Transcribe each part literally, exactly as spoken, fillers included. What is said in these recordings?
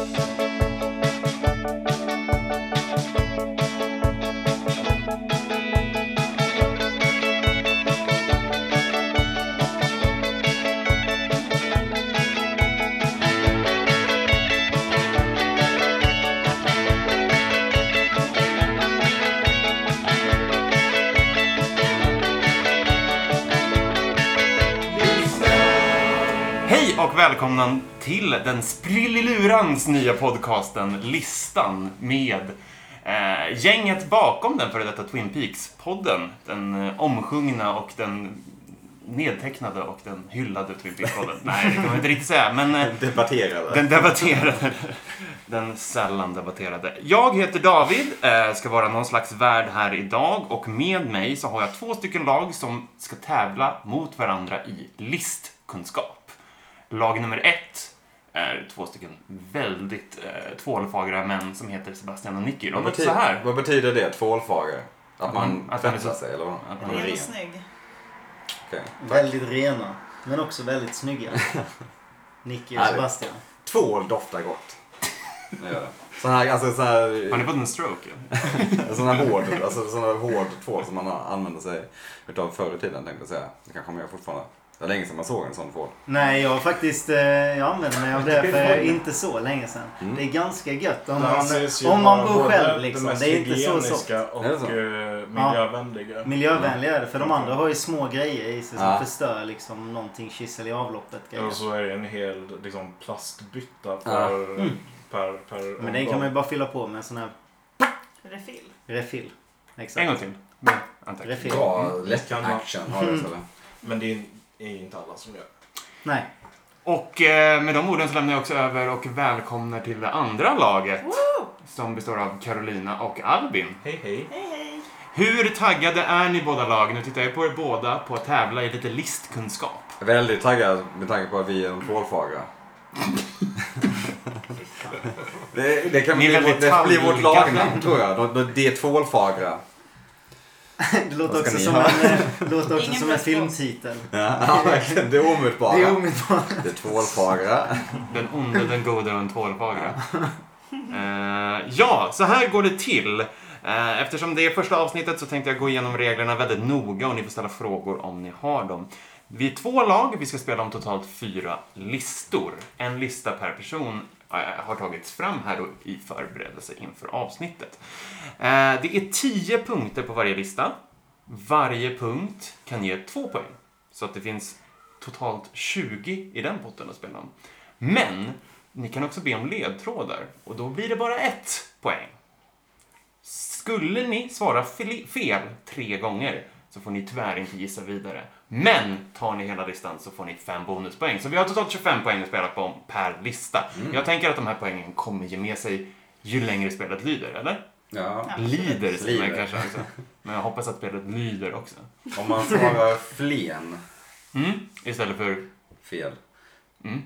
Och välkomna till den sprillilurans nya podcasten Listan med eh, gänget bakom den för detta Twin Peaks-podden. Den eh, omsjungna och den nedtecknade och den hyllade Twin Peaks-podden. Nej, det kan man inte riktigt säga. Men, eh, debatterade. Den debatterade. Den sällan debatterade. Jag heter David, eh, ska vara någon slags värd här idag. Och med mig så har jag två stycken lag som ska tävla mot varandra i listkunskap. Lag nummer ett är två stycken väldigt eh, tvålfagra män som heter Sebastian och Nicky. Vad, bety- så här. Vad betyder det, tvålfagra? Att, att man att tvättar så, sig eller vad? Att man är ren och snygg. Okay. Väldigt rena, men också väldigt snygga. Nicky och Sebastian. Tvål doftar gott. Ja. Så här, alltså så här... Har ni fått en stroke? Sån här hård, alltså sån här hård tvål som man använder sig utav förr i tiden, tänkte jag säga. Det kanske man gör fortfarande. Det är länge sedan man såg en sån tvål. Nej, jag faktiskt eh, jag använder mig av det för inte så länge sedan. Mm. Det är ganska gött om man, om man bor själv liksom. Det är inte så så. Och är så? miljövänliga. Ja, miljövänliga är det, för de andra har ju små grejer i sig som ja. förstör liksom någonting kissel i avloppet. Grejer. Och så är det en hel liksom, plastbytta per, ja. mm. per, per Men den kan man ju bara fylla på med en sån här refill. Refill. Exakt. En gång till. Ja. Refill. Bra, lätt action har det så. Men det är är inte alla som gör. Nej. Och eh, med de orden så lämnar jag också över och välkomnar till det andra laget. Woo! Som består av Carolina och Albin. Hej hej. Hej hej. Hur taggade är ni båda lag? Nu tittar jag på er båda på att tävla i lite listkunskap. Väldigt taggad med tanke på att vi är de tvålfagra. det, det kan bli, vårt, det blir vårt lagnamn tror jag. De, de är tvålfagra. Det låter också som en, låter också som en filmtitel. Ja, verkligen. Det är omutbara. Det är omutbara. Det är tvålfagra. Den onde, den gode och den tvålfagra. Uh, ja, så här går det till. Uh, eftersom det är första avsnittet så tänkte jag gå igenom reglerna väldigt noga och ni får ställa frågor om ni har dem. Vi är två lag, vi ska spela om totalt fyra listor. En lista per person har tagits fram här då i förberedelse inför avsnittet. Det är tio punkter på varje lista. Varje punkt kan ge två poäng. Så att det finns totalt tjugo i den potten att spela om. Men ni kan också be om ledtrådar och då blir det bara ett poäng. Skulle ni svara fel tre gånger så får ni tyvärr inte gissa vidare. Men tar ni hela listan så får ni fem bonuspoäng. Så vi har totalt tjugofem poäng att spela på per lista. Mm. Jag tänker att de här poängen kommer ge med sig ju längre spelet lyder, eller? Ja. Lider, säger man kanske också. Men jag hoppas att spelet lyder också. Om man svarar flen. Mm, istället för... Fel. Mm.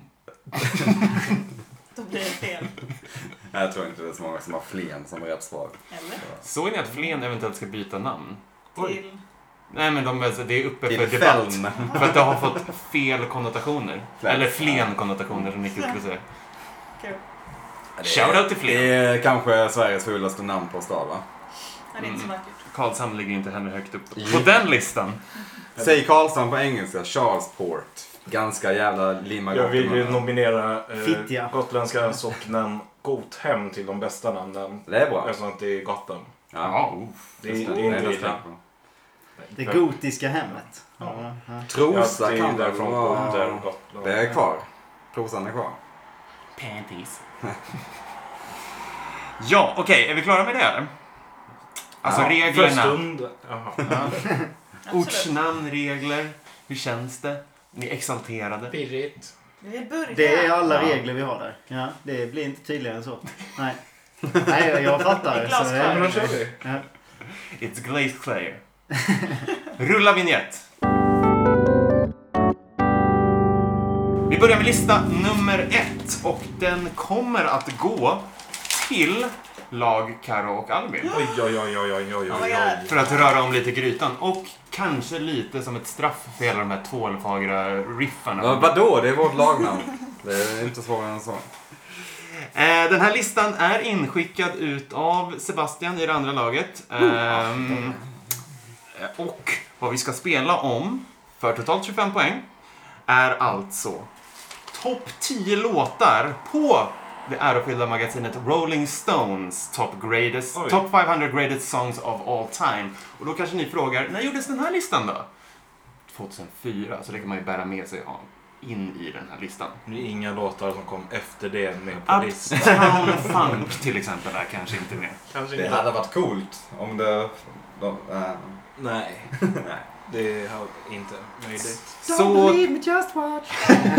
Då blir det fel. Jag tror inte det är så många som har flen som rätt svar. Eller? Såg ni att flen eventuellt ska byta namn? Till... Nej, men de, alltså, det är uppe till för debatt. Fälm. För att det har fått fel konnotationer. Fläm. Eller flen-konnotationer som Nicky skulle säga. Kul. Shoutout till flen. Det är kanske Sveriges fulaste namn på stad, va? Ja, det är inte så vackert. Karlshamn ligger inte heller högt upp på den listan. Säg Karlshamn på engelska, Charlesport. Ganska jävla limma. Jag vill ju nominera Fittja. eh, gotländska socknen Gothem till de bästa namnen. Det är bra. Eftersom att det är Gotham. Ja. Det, det, det är inte illa. Det gotiska hemmet. Ja. Ja. Trosa ja, kan det är det från vara. Gotter och Gotland. Det är kvar. Trosan är kvar. Panties. Ja, okej. Okay. Är vi klara med det eller? Alltså ja, reglerna. För stund. Jaha. Ja. Ortsnamn, regler. Hur känns det? Ni är exalterade. Pirrigt. Det är alla regler vi har där. Ja, det blir inte tydligare än så. Nej. Nej, jag, jag fattar. Det är så, Ja, men då kör vi. ja. It's glazed clear. Rulla vignett. Vi börjar med lista nummer ett. Och den kommer att gå till lag Karo och Albin. Oj, oj, oj, oj, oj, oj, oj. För att röra om lite grytan. Och kanske lite som ett straff för hela de här tvålfagra riffarna. Ja, vadå? Det är vårt lagnamn. Det är inte svårare än så. Eh, den här listan är inskickad ut av Sebastian i det andra laget. Ehm, och vad vi ska spela om för totalt tjugofem poäng är alltså topp tio låtar på det ärofyllda magasinet Rolling Stones Top, greatest, top femhundra Greatest Songs of All Time. Och då kanske ni frågar, när gjordes den här listan då? tjugohundrafyra, så det kan man ju bära med sig in i den här listan. Det är inga låtar som kom efter det med på listan. Uptown Funk till exempel är kanske inte med. Kanske Det inte. hade varit coolt om det... De, äh. Nej. Nej, det har inte möjligt. Så, me, just watch.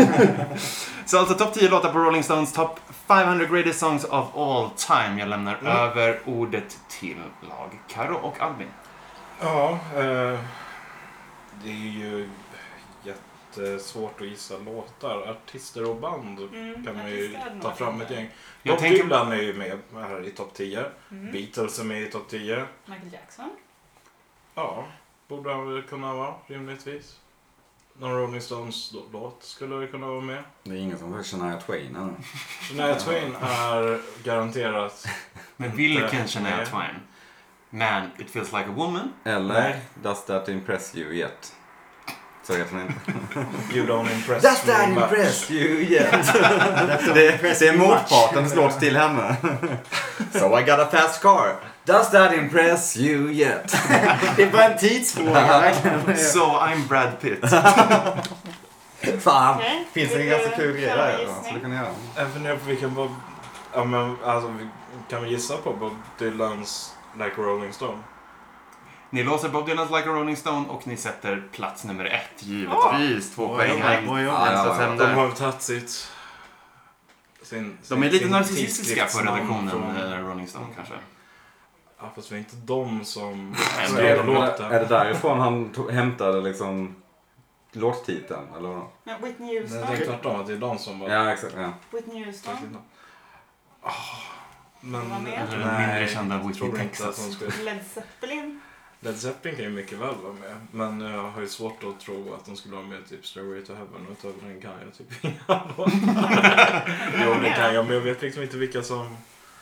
så alltså topp tio låtar på Rolling Stones Top femhundra Greatest Songs of All Time. Jag lämnar Mm. över ordet till lag. Karo och Albin. Ja, eh, det är ju jättesvårt att gissa låtar. Artister och band Mm, kan man ju artister hade ta nog fram varit ett gäng. Jag Bob tänker- Dylan är ju med här i topp tio. Mm. Beatles är med i topp tio. Michael Jackson. Ja, borde han väl kunna vara rimligtvis. Någon Rolling Stones-låt skulle det kunna vara med. Det är ingen som hör Shania Twain eller? Shania Twain är garanterat... Men vilken Inte Shania med. Twain? Man, It Feels Like a Woman. Eller Nej. Does That Impress You Yet? Så heter den inte. You don't impress Does me That much. Impress You Yet? det, det är motpartens låt till henne. So I got a fast car. Does that impress you yet? Det är bara en tidsfråga verkligen. So I'm Brad Pitt. Fan, Okej. finns det Vill en ganska du kul grej köra där. en Så gissning? det kan jag göra. Jag funderar på vilken Bob... Ja, men, alltså, vi- kan vi gissa på Bob Dylans Like a Rolling Stone? Ni låser Bob Dylans Like a Rolling Stone och ni sätter plats nummer ett, givetvis. Två Oj, poäng oj, här. oj, oj. Ja, ja, ja. De har tagit sitt... Sin, De är lite sin narcissistiska på tidskriftsnamn redaktionen, från- eh, Rolling Stone kanske. Ja, fast det var inte de som Nej, skrev men Är det, låten. är det därifrån han tog, hämtade liksom låttiteln? Eller vad? Men Whitney Nej, Houston. det är tvärtom att det är de som var... Ja, exakt. Ja. Whitney Houston. Ah, men... Var med? Eller den mindre kända jag Whitney, tror inte att Texas. de skulle... Led Zeppelin. Led Zeppelin kan ju mycket väl vara med. Men jag har ju svårt att tro att de skulle vara med typ Stairway to Heaven. Utöver den kan jag typ inga låtar. Jo, det kan jag. Men jag vet liksom inte vilka som...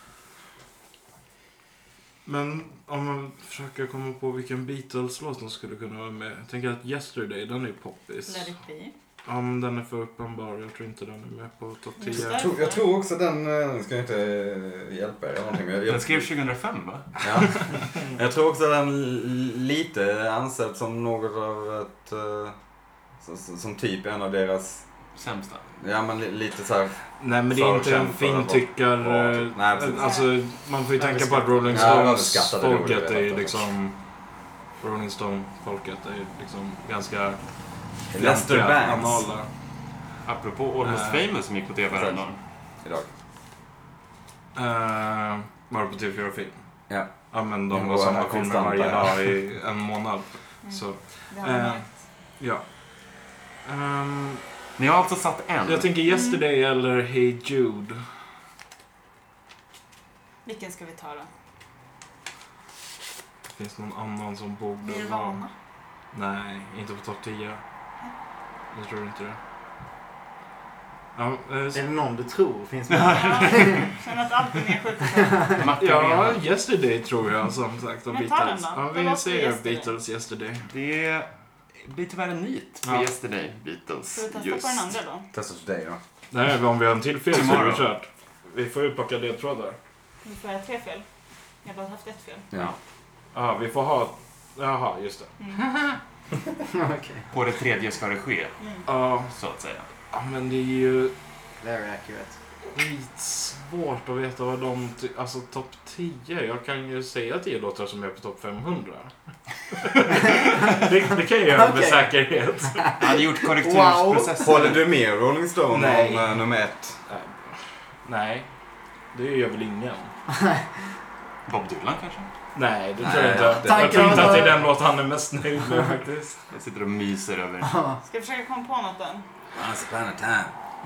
Men om man försöker komma på vilken Beatles-låt som skulle kunna vara med. Jag tänker att Yesterday, den är ju poppis. Let it be. Ja, men den är för uppenbar. Jag tror inte den är med på topp Just tio. det. Jag, tror, jag tror också den, eh, den ska inte eh, hjälpa er eller någonting. Men jag, Den jag, skrev tjugohundrafem, va? ja. Jag tror också den l- lite ansedd som något av ett... eh, som, som- som typ en av deras... Sämsta. Ja, men li, lite så här... Nej, men det är inte en Förkämpar för att fintyckar... vara- ja, typ. Nej, precis. Alltså, man får ju tänka på att Rolling Ja, överskattade Stones-folket ordet, är ju alltså. liksom... Rolling Stone-folket är ju liksom ganska... Lester fjantiga, Bangs. anala. Apropå Almost Äh. Famous som gick på tv häromdagen. Idag. Uh, var det på T V fyra Film? Ja. Ja, men de Det var var samma en filmer konstant varje där. dag i en månad. Mm. Så, Det har man Eh. märkt. ja. Ehm, Ni har alltså satt en. jag tänker Yesterday eller Hey Jude. Vilken ska vi ta då? Finns det någon annan som borde vara... Nirvana. Nej, inte på topp tio. Jag tror inte det. Ja, eh, Är det någon du tror finns med? Ja, känner att allt är nedskjutet. Martin ja, Rehan. Yesterday tror jag som sagt. Av Men ta Beatles. den då. Ja, Vad vi var för ser Yesterday? Beatles Yesterday. Det blir tyvärr en nit för Ja. Yesterday, Beatles. Ska vi testa Just. på den andra då? Testa för dig då. Nej, om vi har en till fel så är det Tomorrow. kört. Vi får ju plocka ledtrådar. Vi får göra tre fel. Jag har bara haft ett fel. Ja. Ja, vi får ha... Jaha, just det. Mm. Okej. På det tredje ska det ske, Mm. Ja, så att säga. ja, men det är ju Very accurate. skitsvårt att veta vad de... Ty- alltså topp tio. Jag kan ju säga tio låtar som är på topp femhundra. det, det kan jag göra med Okej. säkerhet. Jag hade gjort korrektursprocesser. Håller du med Rolling Stone Nej. om uh, nummer ett? Nej. Nej, det gör väl ingen. Bob Dylan kanske? Nej, det Nej, tror jag inte. det- Jag tror inte att det är den låt han är mest nöjd med faktiskt. Jag sitter och myser över. Ska vi försöka komma på något än? Once upon a time.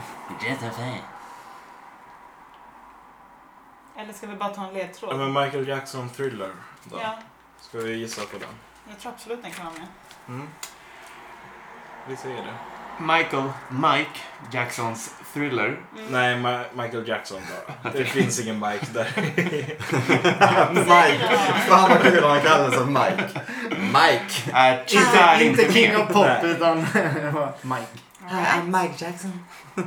Eller ska vi bara ta en Ja, ledtråd? men Michael Jackson Thriller då. Ja, Ska vi gissa på den? jag tror absolut den kan vara med. Mm. Vi säger det. Michael, Mike Jacksons Thriller. Mm. Nej, Ma- Michael Jackson bara. Det finns ingen Mike där. Mike. Fan vad kul om han kallar sig som Mike. Mike. Är tyvärr Inte inte King med. of Pop Nej. utan Mike. I'm Mike Jackson.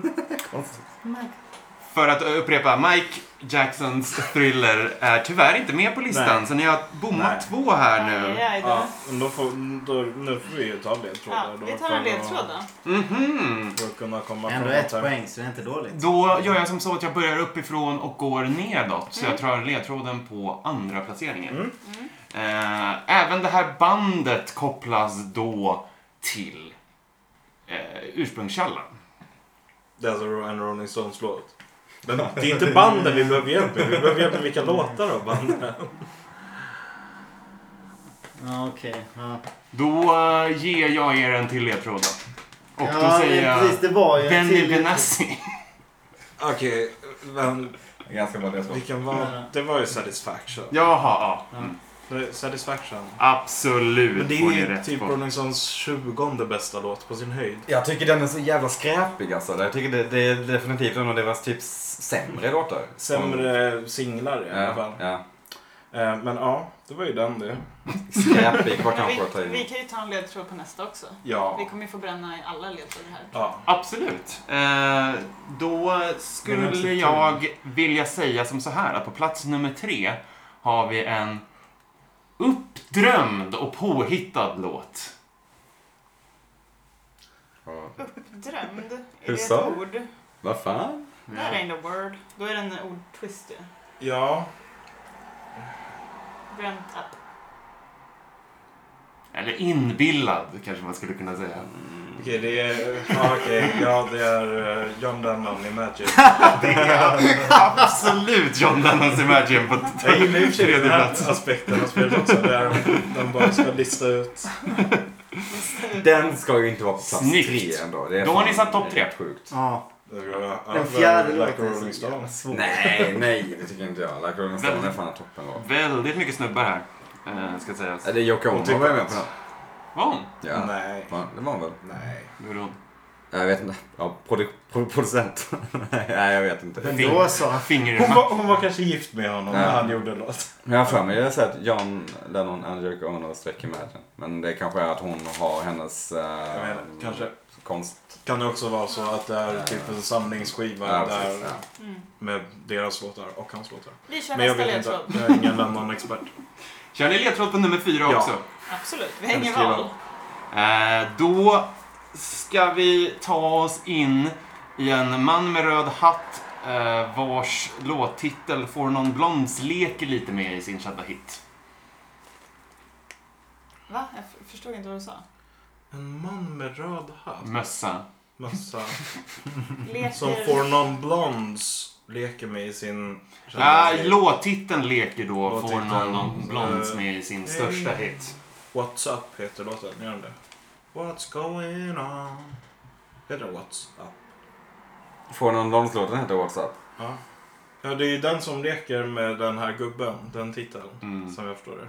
För att upprepa, Mike Jacksons Thriller är tyvärr inte med på listan. Nej. Så ni har bommat Nej. två här nu. Aj, aj, då. Ja, men då får, då, nu får vi ju ta ledtrådar. Ja, då vi tar för en att- ledtråd då. Mhm. För att kunna komma Ändå framåt ett här. poäng så det är inte dåligt. Då gör jag som så att jag börjar uppifrån och går nedåt. Så jag Mm. tar ledtråden på andra placeringen. Mm. Eh, även det här bandet kopplas då till eh, ursprungskällan. Det är alltså en Rolling Stones-låt. Men det är inte banden vi behöver hjälp med. Vi behöver hjälp med vilka låtar av banden. Ja, okej. Ja. Då eh, ger jag er en till ledtråd då. Och då Ja, säger jag precis, det var ju en Benny till- Benassi. Okej, men Ganska bra det. vilken var... Det var ju Satisfaction. Jaha, ja. Mm. Det- Satisfaction. Absolut Men det får ni är ju rätt typ på. Rolling Stones tjugonde bästa låt på sin höjd. Jag tycker den är så jävla skräpig alltså. Jag tycker det, det är definitivt en av deras typ sämre låtar. Sämre singlar i alla Ja, fall. ja. Eh, Men ja, det var ju den det. Skräpig var Men kanske att ta vi, vi in. kan ju ta en ledtråd på nästa också. Vi Ja. kommer ju få bränna i alla ledtrådar här. Ja. Absolut. Eh, då Men skulle också jag vilja säga som så här att på plats nummer tre har vi en uppdrömd och påhittad låt. Uppdrömd? Är Hur det ett så? ord? Vad fan? Där är en word. Då är det en ordtwist ju. Ja. Drömt up. Eller inbillad kanske man skulle kunna säga. Okej, det är... Ja, okej. Ja, det är eh, John Lennon i Magic. Det är absolut John Lennons Imagine på Jag gillar ju för sig tredje den här plats. aspekten av spelet också. Där de bara ska lista ut. Den ska ju inte vara på plats Snyggt. tre ändå. Det är Då har fan ni satt topp tre. helt Sjukt. Ja, Ja, den fjärde like låten är Rolling så jävla Stones. svår. Nej, nej, det tycker inte jag. Like Rolling Stone är Väldigt- fan en toppenlåt. Väldigt mycket snubbar här. Eh, ska sägas. Är det Yoko Ono tycker var jag med att- på den? Var hon? Ja, Nej. fan, det var hon väl? Nej. Nu är hon. Jag vet inte. Ja, produ- pro- producent. Nej, jag vet inte. Men Fing- då så. Finger i Hon hand. var, hon var kanske gift med honom när Ja. han gjorde låt. Jag har för mig jag har sett John Lennon and Yoko Ono sträcker med den. Men det kanske är att hon har hennes äh, Jag menar, kanske. konst. Kan det också vara så att det är typ en samlingsskiva Ja, där precis, ja. Mm. med deras låtar och hans låtar. Vi kör Men jag nästa vet inte. ledtråd. Jag är ingen Lennon-expert. Kör ni ledtråd på nummer fyra Ja. också? Absolut, vi Kan hänger du skriva? val. Eh, då ska vi ta oss in i en man med röd hatt eh, vars låttitel Får någon blonds leker lite med i sin kända hit. Va? Jag f- förstod inte vad du sa. En man med röd hatt. Mössa. Mössa. Leker... Som får någon blonds leker med i sin... Ja, låttiteln leker då Får Låttiteln, någon, någon blonds eh, med i sin hey. största hit. What's up heter låten, gör den det? What's going on? Heter den What's up? Får någon Långslåten heter What's Up? Ja. Ja, det är ju den som leker med den här gubben, den titeln, Mm. som jag förstår det.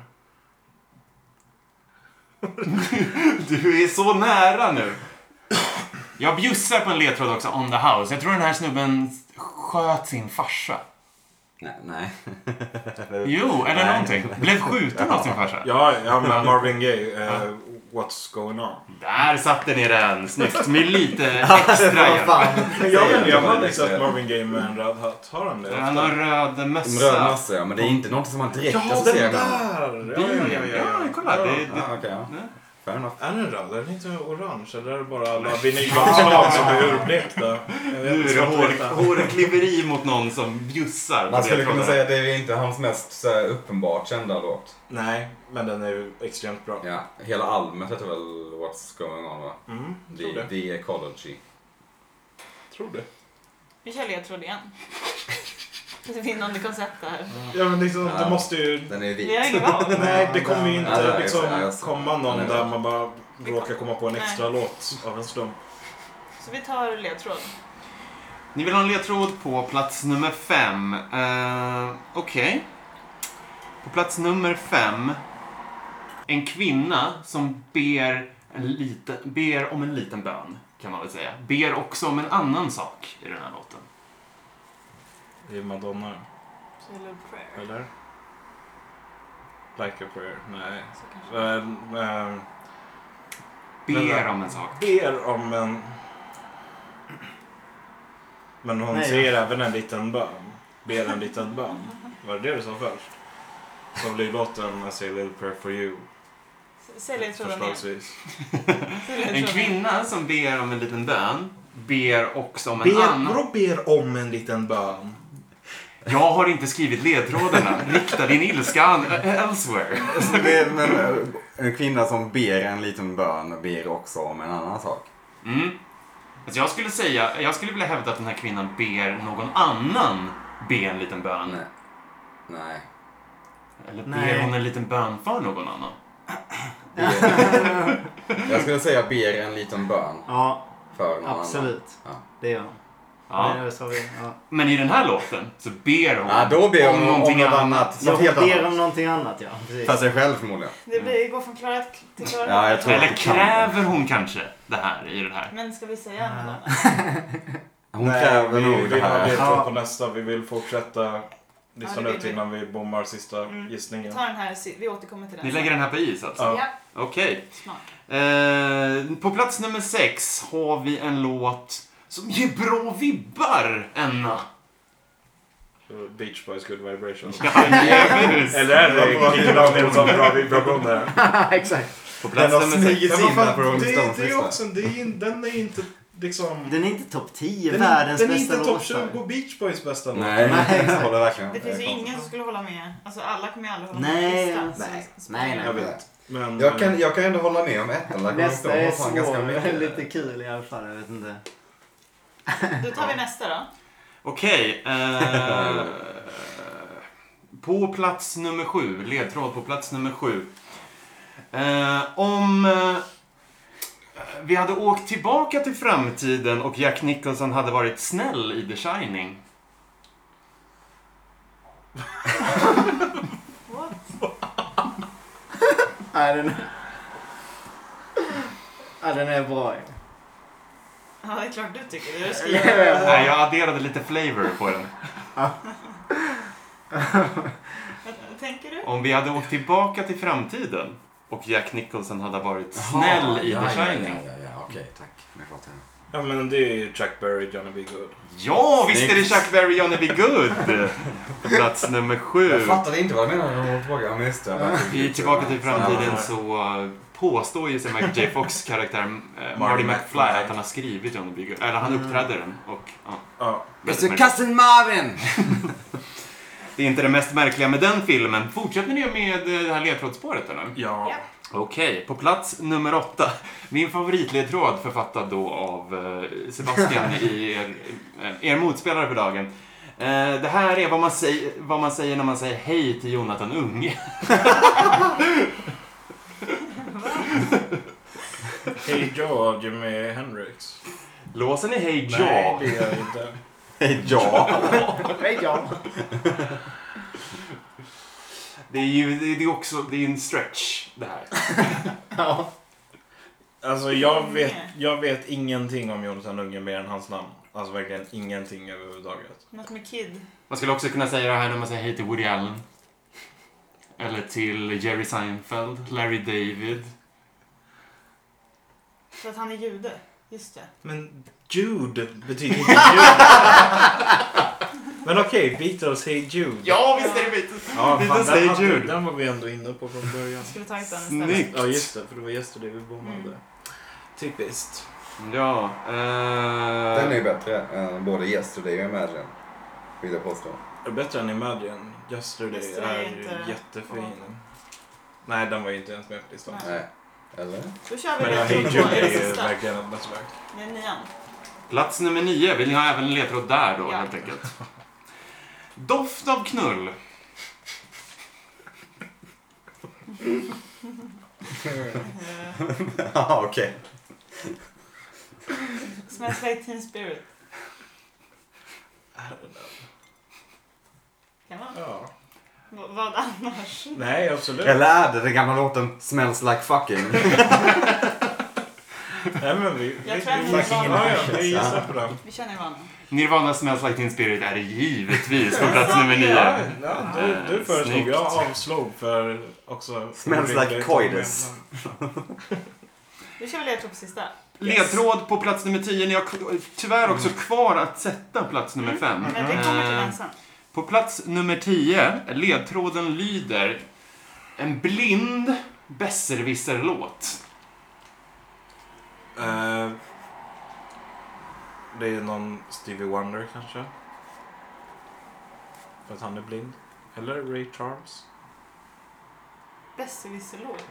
Du är så nära nu. Jag bjussar på en ledtråd också, On the House. Jag tror den här snubben sköt sin farsa. Nej, nej. Jo, eller Nej. någonting. Blev skjuten av sin farsa. Ja, ja men Marvin Gaye, eh, What's going on? Där satte ni den. Snyggt. Med lite extra hjälp. Men jag, vet, jag har aldrig sett Marvin Gaye med en röd hatt. Har han det? Han har röd En mössa. röd mössa, ja. Men det är inte något som man direkt Ja, den associerar där! med. Ja, ja, ja, ja, Ja, kolla. Det, det, Ja, okej, ja. Fair enough. Är den röd? Är den inte orange? Eller är det bara alla vinylomslag som är urblekta? Jag vet nu inte, är det svart och vita. hår, hårklyveri mot någon som bjussar. på Man skulle ledtrådar. kunna säga att det är inte hans mest så här, uppenbart kända låt. Nej, men den är ju extremt bra. Ja, hela albumet heter väl What's Going On, va? Mm, tror The, det. The Ecology. Tror det. Vi kör ledtråd igen. Det är vinnande koncept här. Ja, men liksom, Ja. det måste ju... Den är vit. Vi har ingen val. Nej, det kommer ju Ja, inte det är liksom så, ja, jag ser. komma någon Nej. där man bara råkar komma på en extra låt av en slump. Så vi tar ledtråd. Ni vill ha en ledtråd på plats nummer fem. Uh, Okej. På plats nummer fem. En kvinna som ber, en liten, ber om en liten bön. kan man väl säga, ber också om en annan sak i den här låten. Det är Madonna. Say a little prayer. Eller? Like a prayer. Nej. Så kanske. Uh, uh, Ber om en sak. Ber om en... Men hon Nej, ser ja. även en liten bön. Ber en liten bön. Var det det du sa först? Så blir låten I say a little prayer for you. Säg ledtråden igen. Förslagsvis. Säg ledtråden En igen. kvinna som ber om en liten bön ber också om en Ber, annan. vadå ber om en liten bön? Jag har inte skrivit ledtrådarna. Rikta din ilska an- elsewhere. Så det, men, en kvinna som ber en liten bön ber också om en annan sak. Mm. Alltså jag skulle säga, jag skulle vilja hävda att den här kvinnan ber någon annan be en liten bön. Nej. Nej. Eller ber Nej. hon en liten bön för någon annan? Ber. Jag skulle säga ber en liten bön Ja, för någon absolut. annan. Det gör hon. Ja. Nej, så vi, ja. Men i den här låten så ber hon Ja, då ber hon om någonting något annat. annat. Jag Något helt ber annat. om någonting annat, ja. Precis. För sig själv förmodligen. Det blir, går från klarhet till klarhet. Ja, jag tror- Eller kräver hon kanske det här i det här? Men ska vi säga Madonna? Hon kräver vi nog vill det ha här. ledtråd Ja. på nästa. Vi vill fortsätta Ja, listan det vill ut vi. innan vi bommar sista Mm. gissningen. Ta den här, vi återkommer till den. Ni lägger den här på is alltså? Ja. Ja, Okej. smart. Eh, på plats nummer sex har vi en låt som ger bra vibbar, Enna. Beach Boys Good Vibrations. Ja, precis. Eller är det Kicking Out Nilsson bra vibrationer? Exakt. På Den plats har nummer sex. smugit Men in vad där på fan, Rolling det, Stones det är lista. också, det är, in- den är inte liksom... Den är inte topp tio Den är, världens den är bästa inte topp låtar. tjugo Beach Boys bästa låt. Nej, Nej, jag håller verkligen. Det finns ju är ingen som skulle hålla med. Alltså alla kommer ju aldrig hålla Nej, med listan. nej, så- nej, nej. Jag vet. Men, Jag kan, jag kan ändå hålla med om ettan. Där Nästa Rolling är Stones har fan ganska svår, mycket. lite kul i alla fall, jag vet inte. Då tar vi nästa då. Okej. Eh, på plats nummer sju. Ledtråd på plats nummer sju. Eh, om eh, vi hade åkt tillbaka till framtiden och Jack Nicholson hade varit snäll i The Shining. What? Nej, den... Ja, den är bra. Ja, det är klart du tycker det. Du ska Ja, göra. ja. Nej, jag adderade lite flavor på den. Vad tänker du? Om vi hade åkt tillbaka till framtiden och Jack Nicholson hade varit snäll i ja, The ja, Shining. Ja, ja, ja, okej, tack. Jag fattar. ja, men det är ju Chuck Berry, Johnny B. Good. Ja, visst är det Chuck Berry, Johnny B. Good. På plats nummer sju. Jag fattade inte vad du menade när de var tillbaka. Ja, men just det. I Tillbaka till framtiden Ja. så uh, påstår ju sig Michael J. Fox karaktär uh, Marty McFly att han har skrivit Johnny B. Good. Eller han uppträdde den. Och, ja, Ja. väldigt mister märkligt. Cousin Marvin! Det är inte det mest märkliga med den filmen. Fortsätter ni med uh, det här ledtrådsspåret eller? Ja. Ja. Okej, på plats nummer åtta. Min favoritledtråd författad då av uh, Sebastian i er, uh, er motspelare för dagen. Uh, det här är vad man, säger, vad man säger när man säger hej till Jonathan Unge. Hey Joe av Jimi Hendrix. Låsen är Hey Joe. Nej, det gör jag inte. Hej, ja. Hej, John. Det är ju det är det är också det är en stretch det här. Ja. Alltså jag vet, jag vet ingenting om Jonathan Unge mer än hans namn. Alltså verkligen ingenting överhuvudtaget. Något med Kid. Man skulle också kunna säga det här när man säger hej till Woody Allen. Eller till Jerry Seinfeld, Larry David. För att han är jude. Just det. Men Jude betyder inte Jude. Men okej, Beatles Hey Jude. Ja, visst är det Beatles. Ja, Beatles fan, Hey den, hade, Jude. den var vi ändå inne på från början. Skulle tagit den istället. Snyggt. Ja just det, för det var Yesterday vi bommade. Mm. Typiskt. Ja. Uh... Den är ju bättre än både Yesterday och Imagine. Vill jag påstå. Är det bättre än Imagine? Yesterday, Yesterday är är inte- jättefin. Nej, den var ju inte ens med på listan. Nej. Nej. Eller? Då kör vi Men ja, det Hey på Jude är den ju sista. verkligen ett mästerverk. Det är nian. Plats nummer nio. Vill ni ha även en ledtråd där då, Ja. helt enkelt? Doft av knull. Ja, okej. Smells like Teen Spirit. I don't know. Kan man? Ja. V- vad annars? Nej, absolut. Eller är det den gamla låten Smells Like Fucking? Nej, men vi... Jag vi, tror vi, att vi, Nirvana- ja, ja, vi gissar på den. Vi känner varandra. Nirvana Smells Like Teen Spirit är givetvis på plats nummer nio. Ja, ja, du, du föreslog, Snyggt. jag avslog för också... Smells like coitus. Du kör väl ledtråd på sista? Ledtråd på plats nummer tio. Ni har k- tyvärr också kvar att sätta plats nummer fem. Men vi kommer till Eh, den sen. På plats nummer tio, ledtråden lyder en blind besserwisser-låt. Eh, det är någon Stevie Wonder kanske. För att han är blind. Eller Ray Charles. Besserwisser-låt.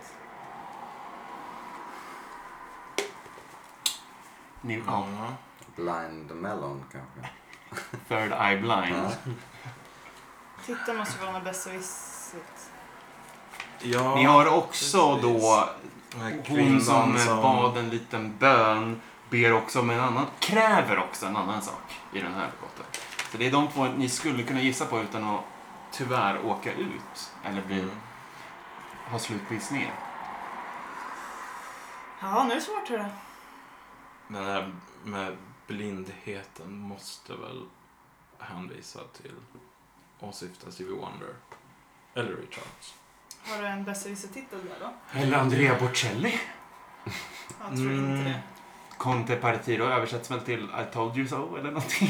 Ni, ja, Ja. Blind Melon kanske. Third Eye Blind. Ja. Titta måste vara något besserwisser. Ja, Ni har också precis. då Den här hon kvinnan som, som- bad en liten bön, ber också om en annan, kräver också en annan sak i den här låten. Så det är de två ni skulle kunna gissa på utan att tyvärr åka ut eller bli, Mm. ha slut på gissningen. Ja, nu är det svårt hörru. Den här med blindheten måste väl hänvisa till åsyfta Stevie Wonder. Eller Ray Charles. Har du en besserwisser-titel där då? Eller Andrea Bocelli. Jag tror Mm. inte det. Conte Partiro översätts väl till I told you so eller någonting.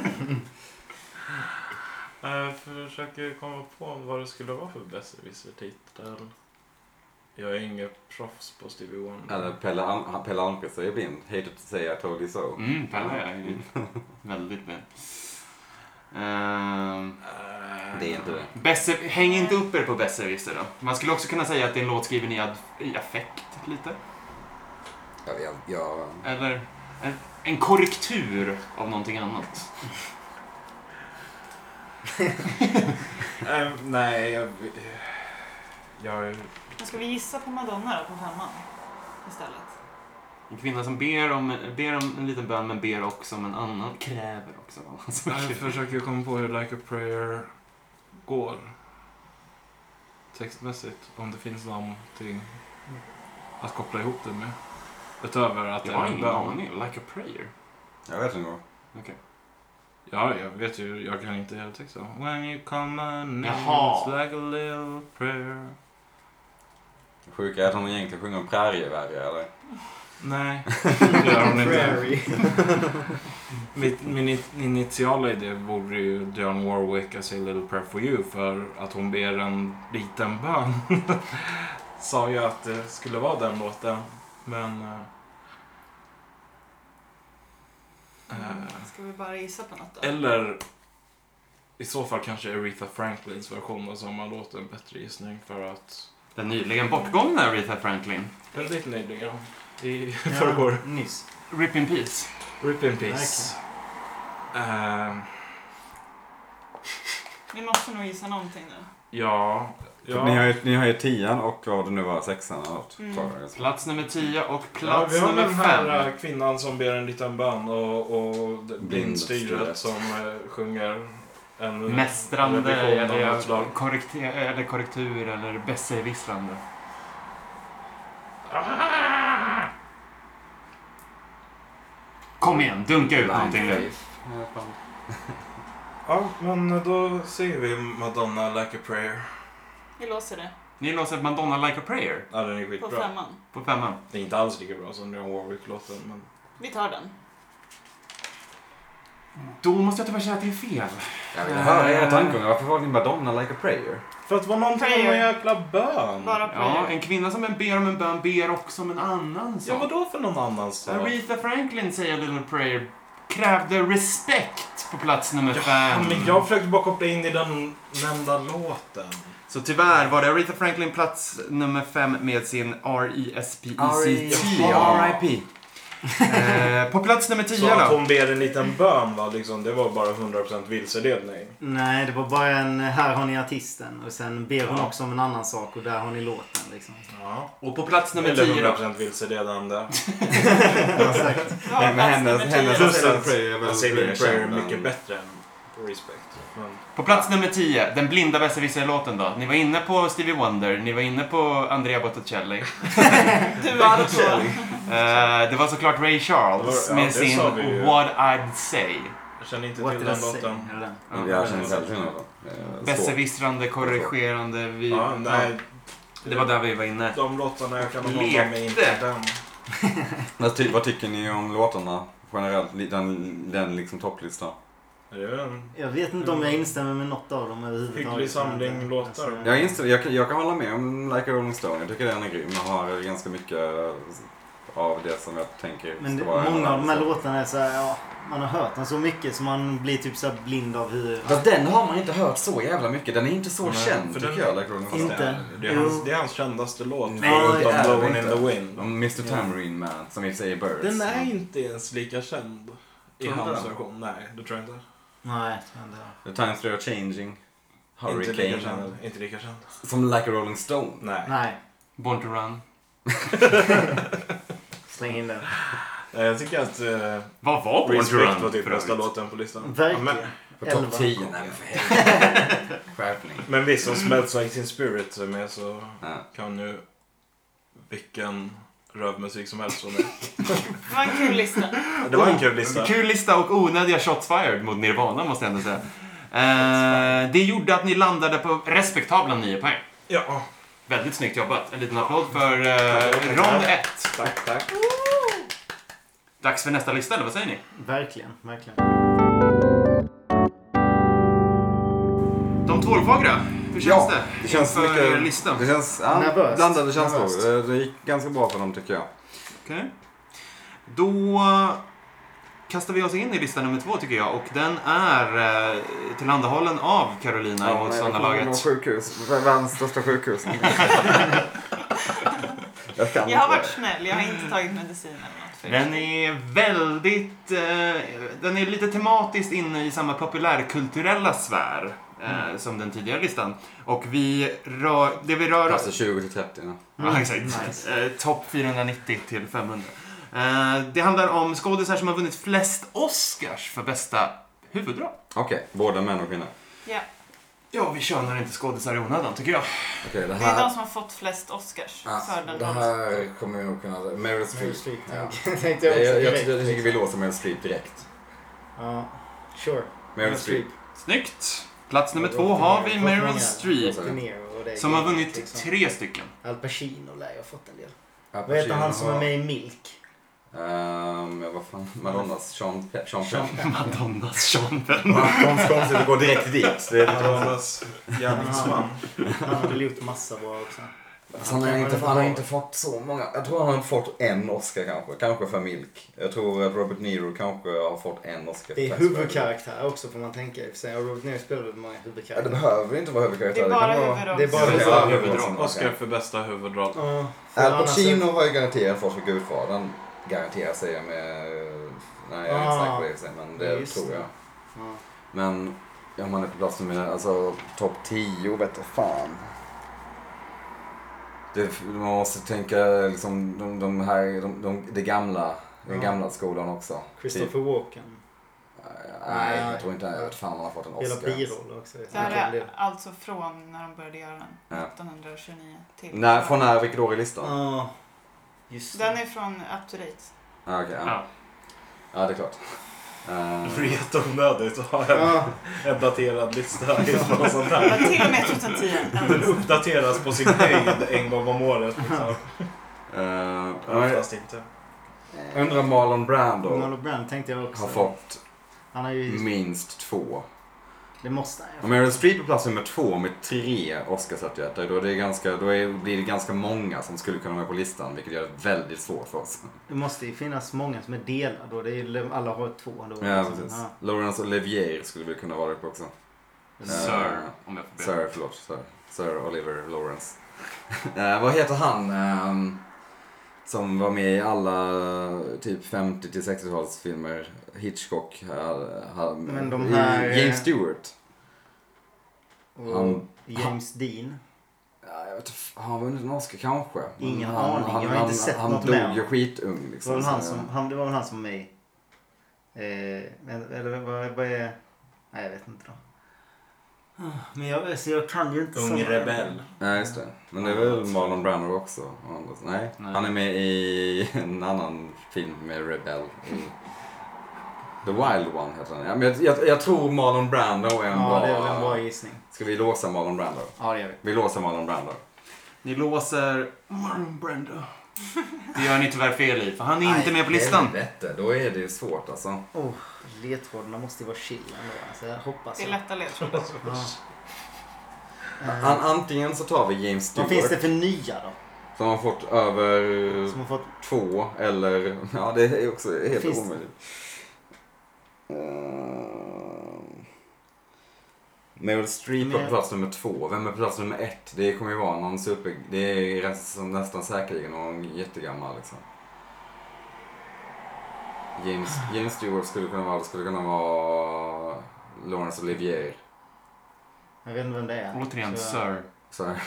Jag försöker komma på vad det skulle vara för besserwisser-titel. Jag är inget proffs på Stevie Wonder. Eller Pelle, Al- Pelle Almqvist är blind. Hate to say I told you so. Mm, Pelle är ju väldigt bra. Ehm, Eh, Det är inte det. Besser, häng inte upp er på besserwisser då. Man skulle också kunna säga att det är en låt skriven i, ad, i affekt lite. Ja, jag, jag, Eller en, en korrektur av någonting annat. eh, nej, jag... Jag... Men ska vi gissa på Madonna då på femman? Istället. En kvinna som ber om, ber om en liten bön men ber också om en annan. Kräver också. Alltså, Jag försöker komma på hur Like a Prayer går. Textmässigt. Om det finns någonting att koppla ihop det med. Utöver att jag det är har en ingen bön. aning. Like a prayer. jag vet inte. Okej. Ja, jag vet ju. Jag kan inte hela texten. When you come my name, Jaha. it's like a little prayer. Det sjuka är att hon egentligen sjunger om prärievärre, eller? Nej, det gör hon inte. Prairie. Mitt, min initiala idé vore ju Dionne Warwick, I say a little prayer for you, för att hon ber en liten bön. Sa ju att det skulle vara den låten, men... Uh, Ska vi bara gissa på något då? eller i så fall kanske Aretha Franklins version av samma låt en bättre gissning, för att... Den nyligen bortgångna Aretha Franklin. Väldigt nyligen. I förrgår. Ja, nyss. Rip in peace. Rip in peace. Uh, Vi måste nog gissa någonting nu. ja... ja. Ni har ju, ni har ju tian och vad det nu var, sexan eller något. Mm. kvar. Plats nummer tio och Ja, plats vi har nummer den här fem. äh, kvinnan som ber en liten bön och, och d- blindstyret Blindstyret. som äh, sjunger en Mästrande revision av något slag. eller, korrekte, eller korrektur eller besserwisslande. Kom igen, dunka ut någonting nu. Ja, men då ser vi Madonna Like a Prayer. Vi låser det. Ni låser Madonna Like a Prayer Ja, den är På skitbra. femman. på femman. Det är inte alls lika bra som Dionne Warwick-låten, men... Vi tar den. Då måste jag tyvärr säga att det är fel. Jag vill höra era tankar. Varför var din Madonna Like a Prayer? För att vara någonting om en jäkla bön. Bara Ja, prayer. en kvinna som ber om en bön ber också om en annan Ja, sak. vadå för någon annan sak? Aretha Franklin säger Little Prayer krävde respekt på plats nummer Ja, fem. men jag försökte bara koppla in i den nämnda låten. Så tyvärr var det Aretha Franklin plats nummer fem med sin R E S P E C T. R I P Eh, på plats nummer Så tio att då. hon ber en liten bön, va? Liksom, det var bara hundra procent vilseledning. Nej, det var bara en här har ni artisten och sen ber hon Ja. också om en annan sak och där har ni låten liksom. Ja. Och på plats nummer Eller tio hundra då. procent vilseledande. Ja, säkert. Ja, Men plats hennes, nummer tio. hennes Plus Little att Prayer är väl Jag säger Little Prayer är känd, men- mycket bättre än respect. Men... På plats nummer tio, den blinda besserwisser-låten då. Ni var inne på Stevie Wonder, ni var inne på Andrea Botticelli. Du var på. Uh, det var såklart Ray Charles Ja, med det sin sa vi ju. What I'd Say. Jag känner inte What till did I den say? låten. Är det den? Ja, jag känner inte heller till den. Eh, Besserwissrande, korrigerande. Vi, Ja, nej. Det var där vi var inne. De låtarna jag kan ha Lekte. hålla med inte den. Men ty, vad tycker ni om låtarna generellt? Den, den liksom topplistan. Det är en Jag vet inte om jag instämmer med något av dem överhuvudtaget. hygglig samling låtar. Alltså, Jag, instämmer, jag, kan- jag kan hålla med om Like a Rolling Stone. Jag tycker den är grym. Jag har ganska mycket av det som jag tänker Men det, ska vara många en- av de här låtarna är så här, ja, man har hört den så mycket så man blir typ så här blind av hur... Fast den har man inte hört så jävla mycket. Den är inte så Nej, känd för tycker den- jag. Like a Rolling Stone. Inte. Det är, hans, det är hans kändaste låt. Nej, förutom det är det Blowing in inte. the Wind. Om mister Tambourine Man, som i sig är Birds. Den är inte ens lika känd i Tror du hans det? version. Nej, det tror jag inte. Nej, jag tror inte det. The Times They Are Changing. Inte lika Hurricane. känd. Inte lika känd. Som Like a Rolling Stone. Nej. Nej, Born to Run. släng in den. Nej, jag tycker att uh, Vad var Born to Respect Run var typ för bästa övrigt? låten på listan. Verkligen. Ja, På Elva. topp tio. Nej men för helvete. Skärpning. Men visst, som Smells Like Teen Spirit är med så Ja. kan ju vilken rövmusik som helst vara med. Det var en kul lista. Det var en kul lista. Kul lista och onödiga shots fired mot Nirvana måste jag ändå säga. Eh, det gjorde att ni landade på respektabla nio poäng. Ja, Väldigt snyggt jobbat. En liten applåd för uh, rond ett. tack, tack. Dags för nästa lista, eller vad säger ni? Verkligen, verkligen. De tvålfagra, hur känns Ja, det? det känns inför mycket... er lista? Det känns... Ja, Nervöst. blandade känslor. Nervöst. Det, det gick ganska bra för dem tycker jag. Okej. Då kastar vi oss in i lista nummer två tycker jag. Och den är eh, tillhandahållen av Carolina i motståndarlaget. Sjukhus. Världens största sjukhus. jag kan Jag har inte. varit snäll, jag har inte tagit medicin eller något för Den är väldigt... Eh, den är lite tematiskt inne i samma populärkulturella sfär eh, som den tidigare listan. Och vi rör... Det vi rör... Alltså tjugo till trettio. Ja. Ja, exakt. Nice. Eh, Topp fyrahundranittio till femhundra. Eh, det handlar om skådisar som har vunnit flest Oscars för bästa huvudroll. Okej, båda män och kvinnor. Ja, Ja, vi könar inte skådisar i onödan tycker jag. Okej, det det är de här... som har fått flest Oscars Ja, för den det rollen. här kommer jag nog kunna... Meryl Meryl Streep. Streep, Ja. tänk- tänkte jag Jag, också jag, jag, direkt. jag tycker vi låser Meryl Streep direkt. Ja, sure. Meryl Streep. Snyggt. Plats nummer två har vi Meryl Streep. Streep. De Niro och det är Som har grymt, vunnit liksom. tre stycken. Al Pacino lär jag ha fått en del. Al Vad heter Pacino han som är har- med i Milk? Ehm, vad fan? Madonnas Sean Pe- Sean Sean Penn. Madonnas Sean Penn. Konstigt konstigt att gå direkt dit. Det är lite konstigt. Madonnas gärningsman. Han har väl gjort massa bra också. Fast Han har, inte, han har inte fått så många. Jag tror han har fått en Oscar kanske. Kanske för Milk. Jag tror att Robert Niro kanske har fått en Oscar. Det är för Taxi Driver. huvudkaraktär också får man tänka i och för sig. Och Robert Niro spelar väl många Ja, det huvudkaraktärer. behöver inte vara Det huvudkaraktär. är bara kan vara... huvudroll. Det är bara Det är huvudroll. bara huvudroll. huvudroll. Oscar för bästa huvudroll. Ja, för Al annars- Pacino har ju garanterat fått för Gudfadern. Garanterar säger jag med... Nej, jag är inte Ah. säker på det i och för sig, men det Just tror det. jag. Ja. Men om man är på plats med alltså topp tio, vet du fan. Det, man måste tänka liksom de, de här, de, de, det gamla, den Ja. gamla skolan också. Christopher Walken. Nej, Nej. jag tror inte, jag vet fan om han har fått en Spelar Oscar. biroll också. Det här Han kan är alltså från när de började göra den. Ja. nittonhundratjugonio till. Nej, från när, vilket år i listan? Ja, just det. Den är från Up to Date. Ah, okej, ja. Ja. ja, det är klart. Uh, Det är jätteonödigt att ha en, Ja, en daterad lista. Just något sånt Men där. till och med tjugohundratio. Den uppdateras på sin höjd en gång om året. Liksom. uh, Oftast inte. jag undrar om Marlon Brando Marlon Brando tänkte jag också. har fått Han har ju... minst två. Det måste han Om Meryl Streep på plats nummer två med tre Oscarsstatyetter, då, är det ganska, då är, blir det ganska många som skulle kunna vara med på listan, vilket gör det väldigt svårt för oss. Det måste ju finnas många som är delade då. Det är, alla har två då. Ja, liksom. precis. Ja. Laurence Olivier skulle vi kunna vara på också. Sir, om jag får be. Sir, förlåt. Sir, Sir Oliver Lawrence. uh, vad heter han um, som var med i alla typ femtio till sextiotalsfilmer? Hitchcock. Uh, uh, Men de här- James Stewart. Och Han- James Dean. Ja, jag vet inte, har han vunnit en Oscar kanske? Ingen han, aning, Han, jag har han, inte sett han något dog med ju honom. skitung Det liksom. var väl han så- som, han, det var väl han som var med i... Eh, men- eller vad, vad är... Nej, jag vet inte. Men jag, så jag kan ju inte Ung rebell. Nej, just det. Men det är väl Marlon Brando också? Nej, Nej. Han är med i en annan film med Rebell. I The Wild One heter den. Ja, men jag, jag, jag tror Marlon Brando är en ja, bra... det är en bra gissning. Ska vi låsa Marlon Brando? Ja, det gör vi. Vi låser Marlon Brando. Ni låser Marlon Brando. Det gör ni tyvärr fel i, för han är Nej, inte med på listan. Helvete, då är det ju svårt alltså. Oh, ledtrådarna måste ju vara chill ändå. Alltså, jag hoppas. Det är lätta ledtrådar. Ja. An- antingen så tar vi James Stewart. Vad finns det för nya då? Som har fått över Som har fått... två, eller... Ja, det är också helt Finns... omöjligt. Uh... Meryl Streep på Men... plats nummer två. Vem är plats nummer ett? Det kommer ju vara någon super... Det är nästan, nästan säkerligen någon jättegammal liksom. James, James Stewart skulle kunna vara... skulle kunna vara Laurence Olivier. Jag vet inte vem det är. Återigen, så... Sir. Så. uh,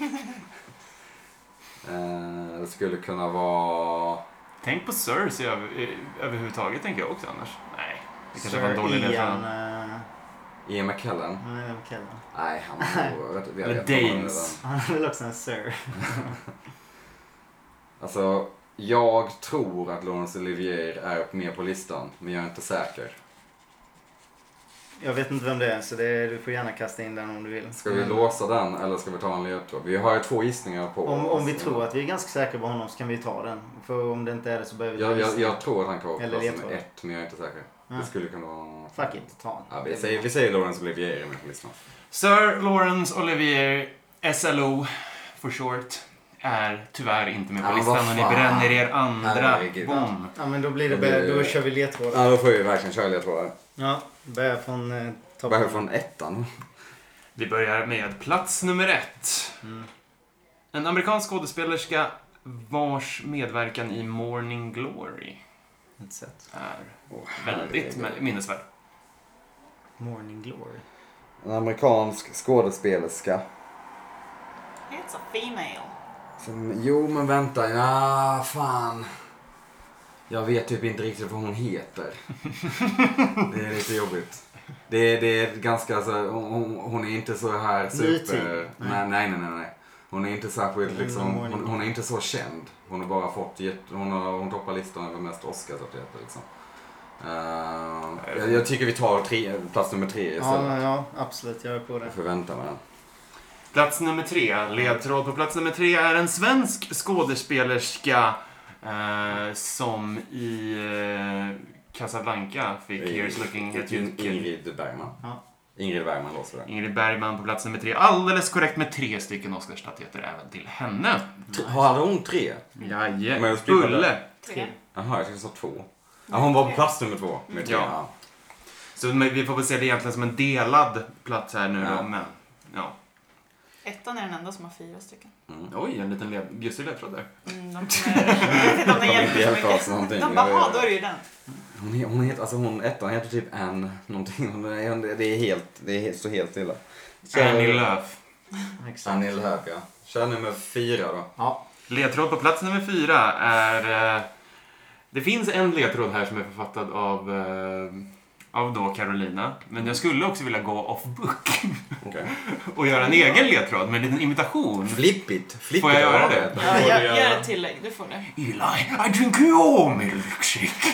det skulle kunna vara... Tänk på Sirs i över, i, överhuvudtaget, tänker jag också annars. Nej, det kanske Sir var en dålig Ian... ledtråd. Uh... Ian McKellen. Nej, McKellen. Nej, han var... vet, vet, vet, Danes. Han är väl också en Sir. Alltså, jag tror att Laurence Olivier är med på listan, men jag är inte säker. Jag vet inte vem det är, så det är, du får gärna kasta in den om du vill. Ska vi men... låsa den eller ska vi ta en ledtråd? Vi har ju två gissningar på Om, oss. om vi tror att vi är ganska säkra på honom så kan vi ta den. För om det inte är det så behöver vi jag, ta jag, jag tror att han kan vara eller plats nummer ett, men jag är inte säker. Ja. Det skulle kunna vara... Fuck it, ta den. Ja, vi, säger, vi säger Laurence Olivier är med på listan. Sir Laurence Olivier, S L O for short, är tyvärr inte med på Ja, listan vad och ni fan. bränner er andra Herregud. bom. Ja, men då blir det, Då blir börja, det- då kör vi ledtrådar. Ja, då får vi verkligen köra ledtrådar. Ja, börja från eh, toppen. Börjar från ettan. Vi börjar med plats nummer ett. Mm. En amerikansk skådespelerska vars medverkan i Morning Glory Inte sett. är Åh, väldigt herregud. minnesvärd. Morning Glory. En amerikansk skådespelerska. It's a female. Som, jo, men vänta. Ja, fan. Jag vet typ inte riktigt vad hon heter. Det är lite jobbigt. Det är, det är ganska så... Hon, hon är inte så här Nutid. super... Nej. Nej, nej, nej, nej. nej. Hon är inte särskilt liksom... Morning Hon, hon är inte så känd. Hon har bara fått... Jätte, hon, har, hon toppar listan över mest Oscarsatyeter liksom. Uh, jag, jag tycker vi tar tre, plats nummer tre istället. Ja, ja, absolut. Jag är på det. Jag får vänta med den. Plats nummer tre, ledtråd på plats nummer tre, är en svensk skådespelerska eh, som i eh, Casablanca fick Here's Looking at You Kill. Ingrid Bergman. Ja. Ingrid Bergman låser det. Ingrid Bergman på plats nummer tre. Alldeles korrekt med tre stycken Oscarsstatyeter även till henne. Hade hon tre? Jajamän. Men jag spelar Bulle. Tre. Jaha, jag tyckte så två. Ja, hon var på plats nummer två med tre. Ja. Ja. Så vi får väl se det egentligen som en delad plats här nu Ja. då, men ja. Ettan är den enda som har fyra stycken. Mm. Oj, en liten led, bjussig ledtråd där. Mm, de kommer, jag vet inte om den Kommer hjälper inte så hjälpa oss mycket. någonting. De bara, Jag vet. ja då är det ju den. Hon, he- hon heter, alltså hon, ettan heter typ Ann någonting. Hon är, det är helt, det är helt, så helt stilla. Annie Lööf. Exakt. Annie Lööf, ja. Kör nummer fyra då. Ja. Ledtråd på plats nummer fyra är... Eh, det finns en ledtråd här som är författad av, eh, av då Carolina. Men jag skulle också vilja gå off book Okej. och göra en egen ledtråd med en liten imitation. Flippigt. Flippigt. Får jag göra ja, det? Ja, får gör, du göra. gör ett tillägg, du får det. Eli, I drink your milkshake.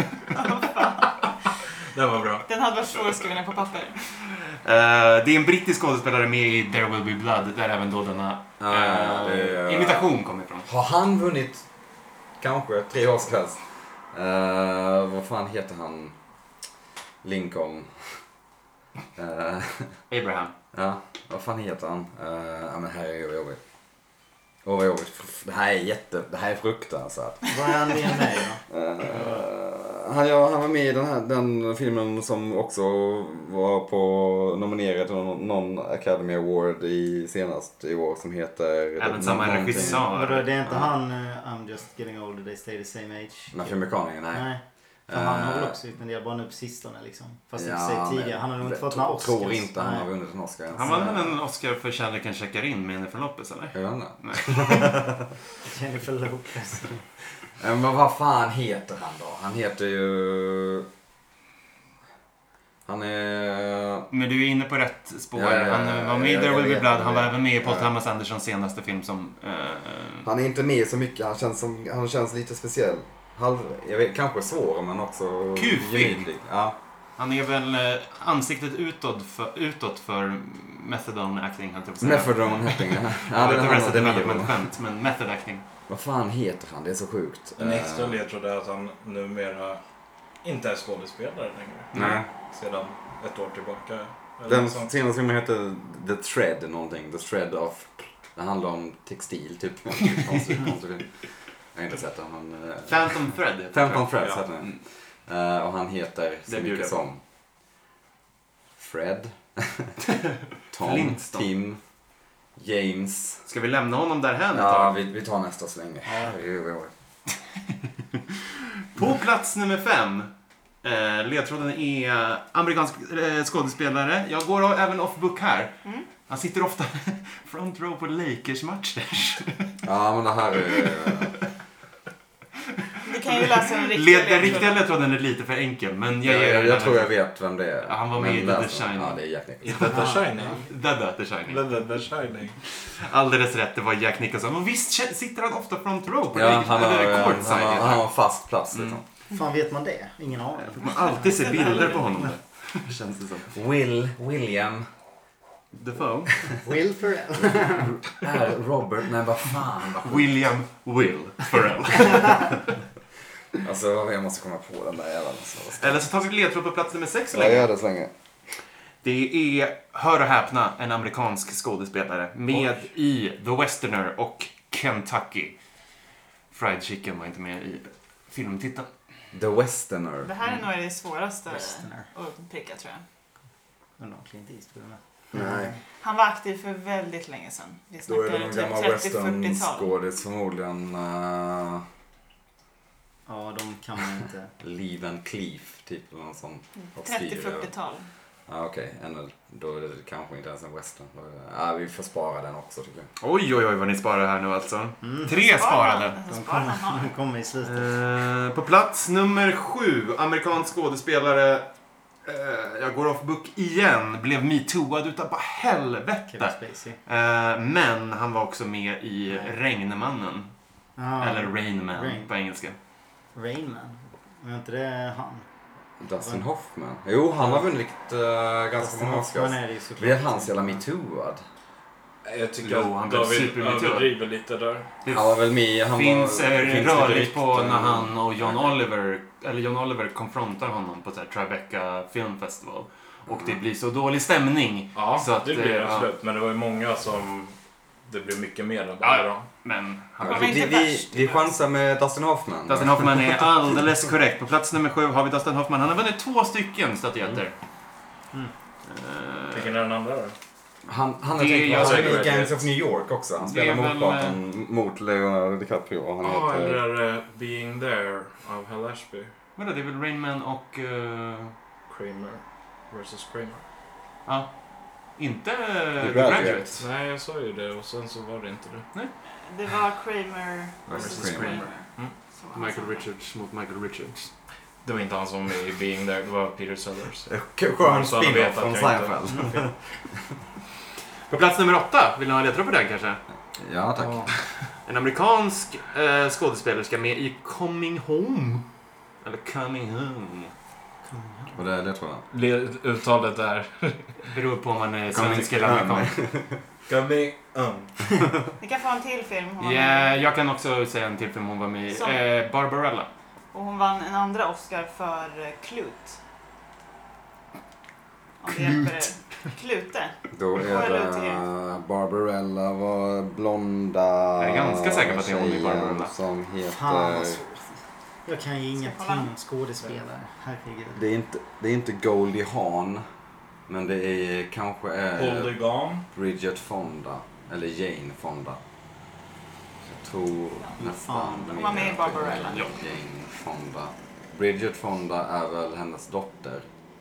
Det var bra. Den hade varit svårskriven på papper. Eh, det är en brittisk skådespelare med i There Will Be Blood, där även då denna Ja, ja, ja, det är- eh, imitation kommer ifrån. Har han vunnit kanske tre Oscars? Uh, vad fan heter han? Lincoln. Uh, Abraham. ja, vad fan heter han? Uh, ja men här är ju jobbigt. Åh vad jobbigt. Det här är jätte, det här är fruktansvärt. Vad är han med mig då? Uh, han, ja, han var med i den här den filmen som också var på nominerad till någon, någon Academy Award i senast i år som heter... Även samma någonting- regissör. Vadå, det är inte Ja. han uh, I'm just getting older, they stay the same age? Matthew nej. Nej. För han har väl Eh, också gjort en del bara nu på sistone liksom. Fast ja, inte sig men tidigare. Han har nog inte fått jag några Oscars. tror inte han Nej. har vunnit en Oscar ens. Han vann en Oscar för Kärleken checkar in med Jennifer Lopez, eller? Jag vet inte. Nej. Jennifer Lopez. Eh, Men vad fan heter han då? Han heter ju... Han är... men du är inne på rätt spår. Ja, ja, ja, han var med i ja, There jag Will Be vet, Blood. jag Han var vet. även med i Paul Ja. Thomas Andersons senaste film som... Uh, Han är inte med så mycket. Han känns, som, han känns lite speciell. Halv, jag vet, kanske svår, men också... Kufig. gemytlig. Ja. han är väl uh, ansiktet utåt för, utåt för methadone acting, höll jag på att säga. Methadone acting, ja. Ja, Ja, det den är handlar ett det mer development om. skämt, men method acting. Vad fan heter han? Det är så sjukt. En extra Eh, ledtråd är att han numera inte är skådespelare längre. Nej. Sedan ett år tillbaka. Eller Den något sånt. senaste filmen heter The Thread någonting. The Thread of... Det handlar om textil, typ. Konstig, konstig film. Jag har inte sett den, men... eh, Phantom Thread. heter det, Phantom tror jag. Thread heter den. Eh, och han heter så Det bjuder mycket jag på. som... Fred. Tom. Flintstone. Tim. James. Ska vi lämna honom därhän ett Ja, tag? vi, vi tar nästa så länge. Herregud, På plats nummer fem. Eh, ledtråden är amerikansk eh, skådespelare. Jag går även off-book här. Mm. Han sitter ofta front row på Lakers-matcher. Ja, men det här är... Du kan ju läsa den riktiga Led, den ledtråden. riktiga ledtråden är lite för enkel, men jag Jag, ger jag, den jag här. tror jag vet vem det är. Ja, han var med Men i The läs den. Shining. Ja, det är Jack Is Nicholson. that the Shining? Dada The Shining. The, the, the Shining. Alldeles rätt, det var Jack Nicholson. Och visst kä- sitter han ofta front row på Ja, Lakers? han har, Eller han, courtside, har, heter han det. har fast plats liksom. Fan vet man det? Ingen aning. Man alltid ser bilder på honom där. Känns det som. Will, William, Defoe. Will Ferrell. är Robert, nej vad fan. William Will Ferrell. Alltså jag måste komma på den där jäveln. Alltså. Eller så tar vi ledtråd på plats nummer sex så Jag länge. gör det så länge. Det är, hör och häpna, en amerikansk skådespelare med i The Westerner och Kentucky. Fried Chicken var inte med i filmtiteln. The Westerner. Det här är nog det svåraste Westerner. att pricka, tror jag. Undrar om Clint Eastwood är med. Nej, Han var aktiv för väldigt länge sedan. Vi då är det snackar någon typ gammal trettio-fyrtiotal. western-skådis förmodligen. Uh, Ja, de kan man inte. Lee Van Cleef, typ. Eller någon sån obskyr. trettio-fyrtiotal. Ja, okej. Okay. Då är det kanske inte ens en western. Då är det- Ja, vi får spara den också tycker jag. Oj, oj, oj vad ni sparar här nu alltså. Mm. Tre sparade. De De sparar kommer, han har. de kommer i slutet. Eh, på plats nummer sju, amerikansk skådespelare. Eh, jag går off book igen. Blev metooad utav bara Kevin helvete. Spacey. Eh, men han var också med i Regnmannen. Ah, Eller Rain Man Rain. på engelska. Rain Man. Men inte det han? Dustin Hoffman. Jo, han har vunnit uh, ganska Dustin många Hoffman Oscars. är det ju såklart. Blev hans jävla metooad? Jag tycker Jo, han att blev David superimiterad. överdriver lite där. Det Han var väl med, han finns var, eh, finns rörligt lite på rykten. när han och John Oliver, eller John Oliver konfrontar honom på så här Tribeca Film Festival. Och det blir så dålig stämning. Ja, Så att, det blir det eh, ja. absolut. Men det var ju många som det blev mycket mer än Ja, bara ja. dem. Men han Ja, var var vi, inte vi, värst. vi chansar med Dustin Hoffman. Dustin Hoffman är alldeles korrekt. På plats nummer sju har vi Dustin Hoffman. Han har vunnit två stycken statyetter. Mm. Eh, Vilken är den andra då? Han, han Det är är tänkt jag på säker i på. Gangs of New York också. Han Det spelar är väl, motparten mot Leonardo DiCaprio. Och han Ja, heter... eller är det Being There av Hal Ashby? vadå, det är väl Rain Man och... eh, Kramer versus Kramer. ja. Inte uh, The Graduate. Graduate. Nej, jag sa ju det och sen så var det inte det. Det var Kramer Versus versus Kramer. Kramer. Mm. Så var han Michael som- Richards mot Michael Richards. Det var inte han som var med i Being There, det var Peter Sellers. Skön Så alla vet spin-off att från jag inte- Seinfeld. På plats nummer åtta, vill ni ha en ledtråd på den kanske? Ja, tack. Ja. En amerikansk eh, skådespelerska med i Coming Home. Eller Coming Home. Och det är det tror jag. Le- Uttalet är... Beror på om man är Coming svensk eller amerikan. Coming um. Ni kan få en till film. Hon var Ja, med. jag kan också säga en till film hon var med i. Som- Eh, Barbarella. Och hon vann en andra Oscar för eh, Klut. Om det hjälper er. Klute. Då är Vad är det det Barbarella var blonda Jag är ganska säker på att det är hon i tjejen Barbarella. som Fan vad heter... svårt. Jag kan ju Ska jag ingenting kolla? om skådespelare. Herregud. Det är inte, det är inte Goldie Hawn. Men det är kanske är Polygam. Bridget Fonda. Eller Jane Fonda. Jag tror nästan... fan, hon var med i Barbarella. Ja. Jane Fonda. Bridget Fonda är väl hennes dotter.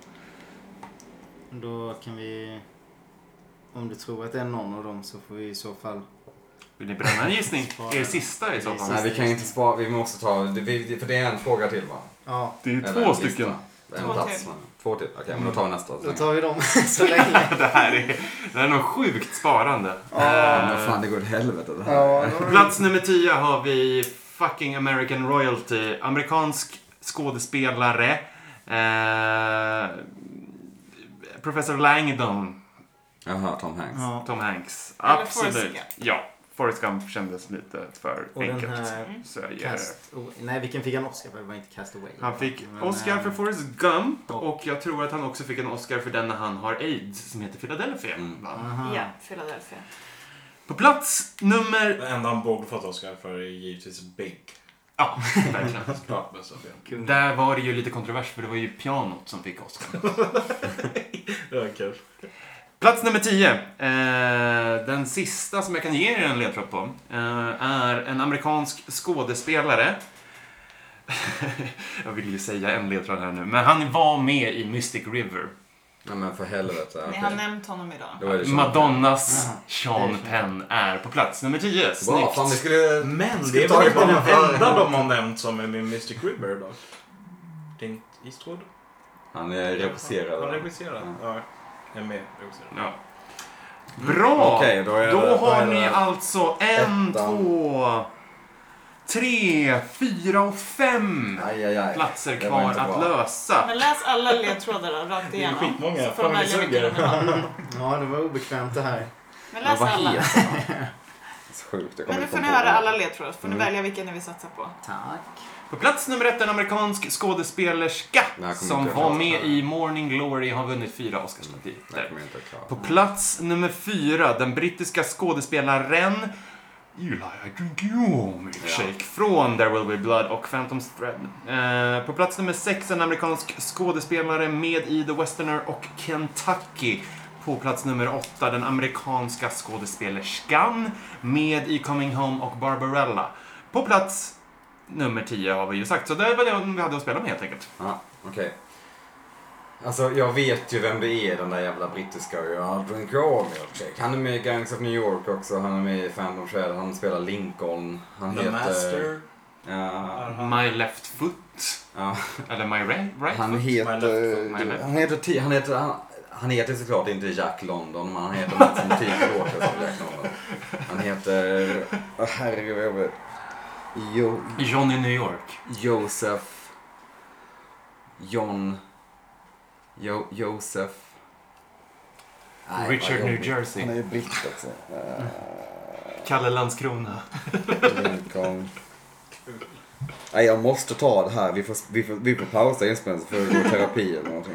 Då kan vi... Om du tror att det är någon av dem så får vi i så fall... Vill ni bränna en gissning? Spara. Er sista i så fall. Nej, vi kan inte spara. Vi måste ta... det- vi- För det är en fråga till va? Ja. Det är Eller två en stycken. lista. En Två plats. till. Men. Två till. Okej, okay, men då tar vi nästa. Då tar vi dem så länge. det, här är, det här är nog sjukt sparande. Ja, Eh, men fan det går åt helvete det här. Ja, På plats nummer tio har vi fucking American Royalty. Amerikansk skådespelare. Eh, Professor Langdon. Jaha, Tom Hanks. Ja. Tom Hanks. Eller Absolut. Forrest Gump. Ja, Forrest Gump kändes lite för Och den enkelt. här Så jag ger det. Cast... Oh, nej, vilken fick han Oscar för? Det var inte Cast Away. Han fick Men, Oscar eh, för Forrest Gump och jag tror att han också fick en Oscar för den när han har AIDS som heter Philadelphia. Mm. Va? aha. Ja, Philadelphia. På plats nummer... Det enda han borde fått Oscar för är givetvis Big. Ja, verkligen. Klart bästa film. Kung. Där var det ju lite kontrovers för det var ju pianot som fick Oscar. Det var kul. Plats nummer tio. Eh, den sista som jag kan ge er en ledtråd på eh, är en amerikansk skådespelare. jag vill ju säga en ledtråd här nu. Men han var med i Mystic River. Nej men för helvete. Ni Okay. har nämnt honom idag. Då är det Sean Madonnas Jaha, Sean det är Penn är på plats nummer tio. Penn. Bra, fan vi Snyggt. skulle... Men Ska det är ta väl det inte på den för- enda de har nämnt som är med Mystic River dock. Clint Eastwood? Han är regisserad. Han regisserar. Ja. Ja. Jag är med regisserad. Ja. Bra! Okej, då är Då det- då har är ni det alltså en, ettan. två, tre, fyra och fem Aj, aj, aj. platser Det var kvar inte att bra. lösa. Men läs alla ledtrådar då, rakt Det är igenom. skitmånga. Så får Fan, de ni välja vilken de suger. vill ha. Ja, det var obekvämt det här. Men Men läs vad alla. heter han? Det är så sjukt. Jag kommer Men nu inte får ni komma på höra det. alla ledtrådar så får ni Mm. välja vilken ni vill satsa på. Tack. På plats nummer ett en amerikansk skådespelerska Nej, jag kommer som inte var ihåg. med i Morning Glory har vunnit fyra Jag Oscarsstatyer. kommer inte klara. På plats nummer fyra den brittiska skådespelaren You like I drink your milkshake från There Will Be Blood och Phantom's Thread. Eh, på plats nummer sex en amerikansk skådespelare med i The Westerner och Kentucky. På plats nummer åtta den amerikanska skådespelerskan med i Coming Home och Barbarella. På plats nummer tio har vi ju sagt, så det var det vi hade att spela med helt enkelt. Ja, okej. Alltså jag vet ju vem det är, den där jävla brittiska. Jag drink your milkshake. Han är med i Gangs of New York också. Han är med i Phantom Thread. Han spelar Lincoln. Han The heter... Master. Ja, My Left Foot. ja. Eller My Right, right Han Foot. My heter... left. Han heter... ti- Han heter... Han, han heter såklart inte Jack London, men han heter något som typ låter som Jack London. Han heter... Åh herregud vad jag vet. Jo, Johnny New York. Joseph... John... Jo, Joseph... Nej, Richard vad New jobbigt. Jersey. Han är ju britt också. Uh, Kalle Landskrona. Lincoln. Nej, jag måste ta det här. Vi får, vi får, vi får pausa inspelningen för att gå i terapi eller någonting.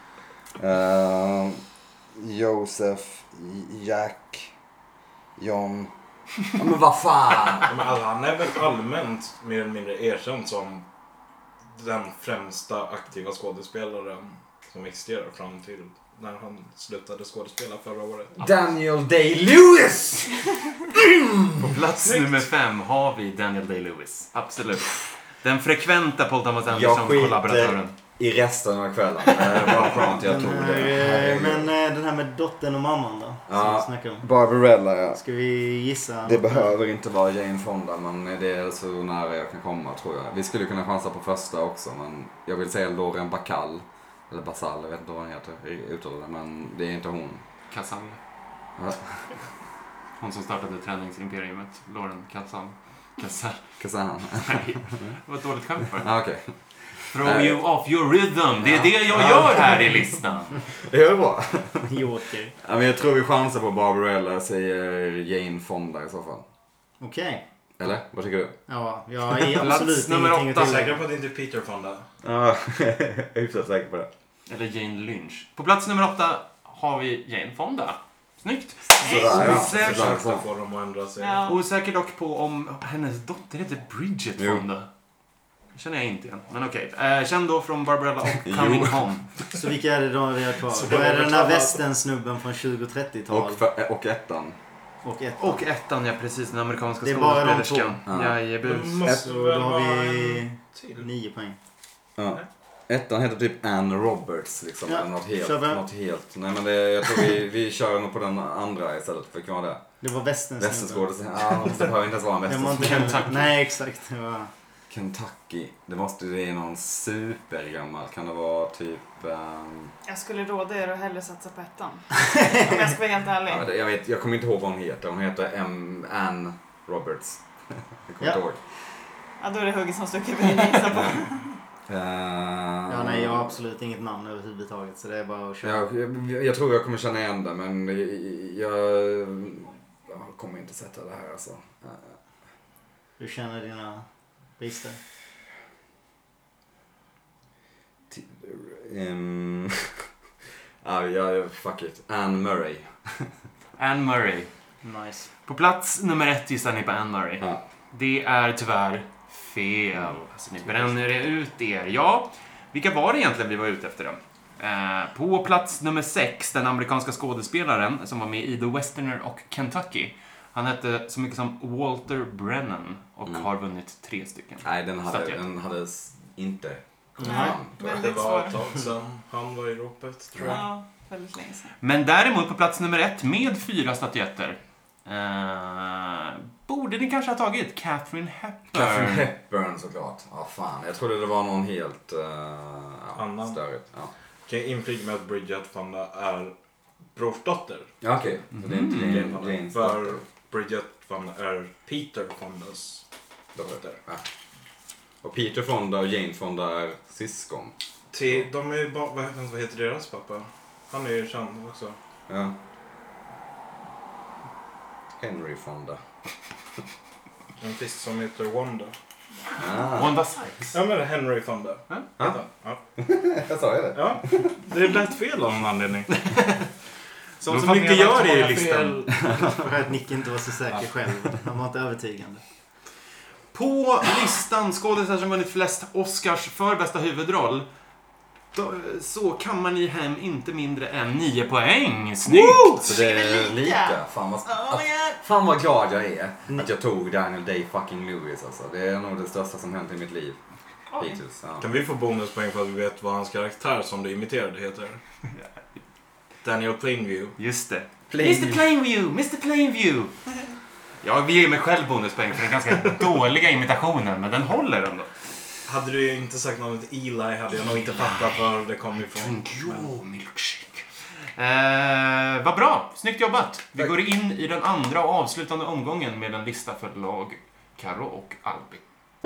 Uh, Joseph, Jack, John. Ja, men vad fan! Ja, men alltså, han är väl allmänt mer eller mindre erkänd som den främsta aktiva skådespelaren som existerar fram till när han slutade skådespela förra året. Daniel Day-Lewis! På plats Snyggt. nummer fem har vi Daniel Day-Lewis. Absolut. Den frekventa Paul Thomas Jag Anderson-kollaboratören. skiter i resten av kvällen. Det är bara skönt jag Den tog här, det. eh, Herregud. men eh, den här med dottern och mamman då? Som Ja. vi snackade om. Barbarella, ja. Ska vi gissa? Det behöver inte vara Jane Fonda, men det är så nära jag kan komma tror jag. Vi skulle kunna chansa på första också, men jag vill säga Lauren Bacall. Eller Basal, jag vet inte vad hon heter i uttalet, men det är inte hon. Casal. Ja. Hon som startade träningsimperiumet. Lauren Casal. Casal. Kazan. Nej, det var ett dåligt skämt för. Ah, okej. Throw Nej. you off your rhythm. Det är Ja. det jag Ja. gör här i listan. Det är bra. Joker. Ja, men jag tror vi chansar på Barbarella, säger Jane Fonda i så fall. Okej. Eller? Vad tycker du? Ja, jag är Plats absolut nummer ingenting åtta. att Säker tillägga. på att det inte är Peter Fonda? Ja, jag är hyfsat säker på det. Eller Jane Lynch. På plats nummer åtta har vi Jane Fonda. Snyggt. Sådär, ja. Osäker. Sådär, Så så. får de att ändra sig. Ja. Osäker dock på om hennes dotter heter Bridget Jo. Fonda. Det känner jag inte igen. Men okej. Eh, känd då från Barbarella och Coming Jo. Home. Så vilka är det då vi har kvar? Så Då är det den här övertalat. västern-snubben från tjugo och trettio-tal. Och, för, och ettan. Och ett. Och ettan, ja precis. Den amerikanska Det är bara de skådespelerskan. två. Ja. Det Jajebus. måste Ett, väl då har vara vi en till. nio poäng. Ja. Ettan heter typ Anne Roberts liksom. Ja, eller något helt, kör vi. något helt. Nej men det, jag tror vi, vi kör nog på den andra istället. För kan det? Det var västern-snubben. Västerskådespelare. Ja, det behöver inte ens vara en Det var inte västerskådespelare. heller... Nej, exakt. Det var... Kentucky. Det måste det är någon supergammal. Kan det vara typ... Um... Jag skulle råda er att hellre satsa på ettan. Om jag ska vara helt ärlig. Ja, det, jag, vet, jag kommer inte ihåg vad hon heter. Hon heter M. Ann Roberts. Jag kommer Ja. inte ihåg. Ja, då är det hugget som stuckar vi gissa på. Uh... Ja, nej, jag har absolut inget namn överhuvudtaget, så det är bara att köra. Jag, jag, jag tror jag kommer känna igen det, men jag, jag, jag kommer inte sätta det här alltså. Uh... Du känner dina brister? Um, ah, ja, fuck it. Anne Murray. Anne Murray. Nice. På plats nummer ett gissar ni på Anne Murray. Ja. Det är tyvärr fel. Alltså ni bränner ut er. Ja, vilka var det egentligen vi var ute efter då? Eh, på plats nummer sex, den amerikanska skådespelaren som var med i The Westerner och Kentucky. Han hette så mycket som Walter Brennan och Mm. har vunnit tre stycken. Nej, den hade, statyer. den hade s- inte kommit Nej, fram. tror jag. Det väldigt var ett svår. tag sedan han var i ropet, tror jag. Ja, väldigt länge sedan. Men däremot på plats nummer ett med fyra statyetter eh, borde ni kanske ha tagit Catherine Hepburn. Catherine Hepburn såklart. Ja, fan. Jag trodde det var någon helt uh, ja, Annan. störigt. Ja, Kan jag inflika med att Bridget Fonda är brorsdotter? ja okej. Så det är inte Mm. Jane, Janes För dotter. Bridget Fonda är Peter Fondas dotter. Ja. Och Peter Fonda och Jane Fonda är syskon. Till, de är ju bara, vad heter- vad heter deras pappa? Han är ju känd också. Ja. Henry Fonda. En fisk som heter Wanda. Ah. Wanda Sykes. Ja, men Henry Fonda. Ja. Heter han? Ja. Jag sa ju det. Ja, det lät fel av någon anledning. Som Då så fattar mycket jag att gör det i var listan. fel. För att Nick inte var så säker själv. Han var inte övertygande. På listan skådespelare som vunnit flest Oscars för bästa huvudroll då, så kan man i hem inte mindre än nio poäng. Snyggt! Så det är lika. lika. Fan vad, Oh my god. fan vad glad jag är att jag tog Daniel Day fucking Lewis alltså. Det är nog det största som hänt i mitt liv. Oj. Hittills. Ja. Kan vi få bonuspoäng för att vi vet vad hans karaktär som du imiterade heter? Daniel Plainview. Just det. Plain- mister Plainview! mister Plainview! Jag vill ge mig själv bonuspoäng för den ganska dåliga imitationen, men den håller ändå. Hade du inte sagt något Eli hade jag nog inte fattat var det kom ifrån. Drink your milkshake. Eh, vad bra, snyggt jobbat. Vi Tack. går in i den andra och avslutande omgången med en lista för lag Karo och Albin.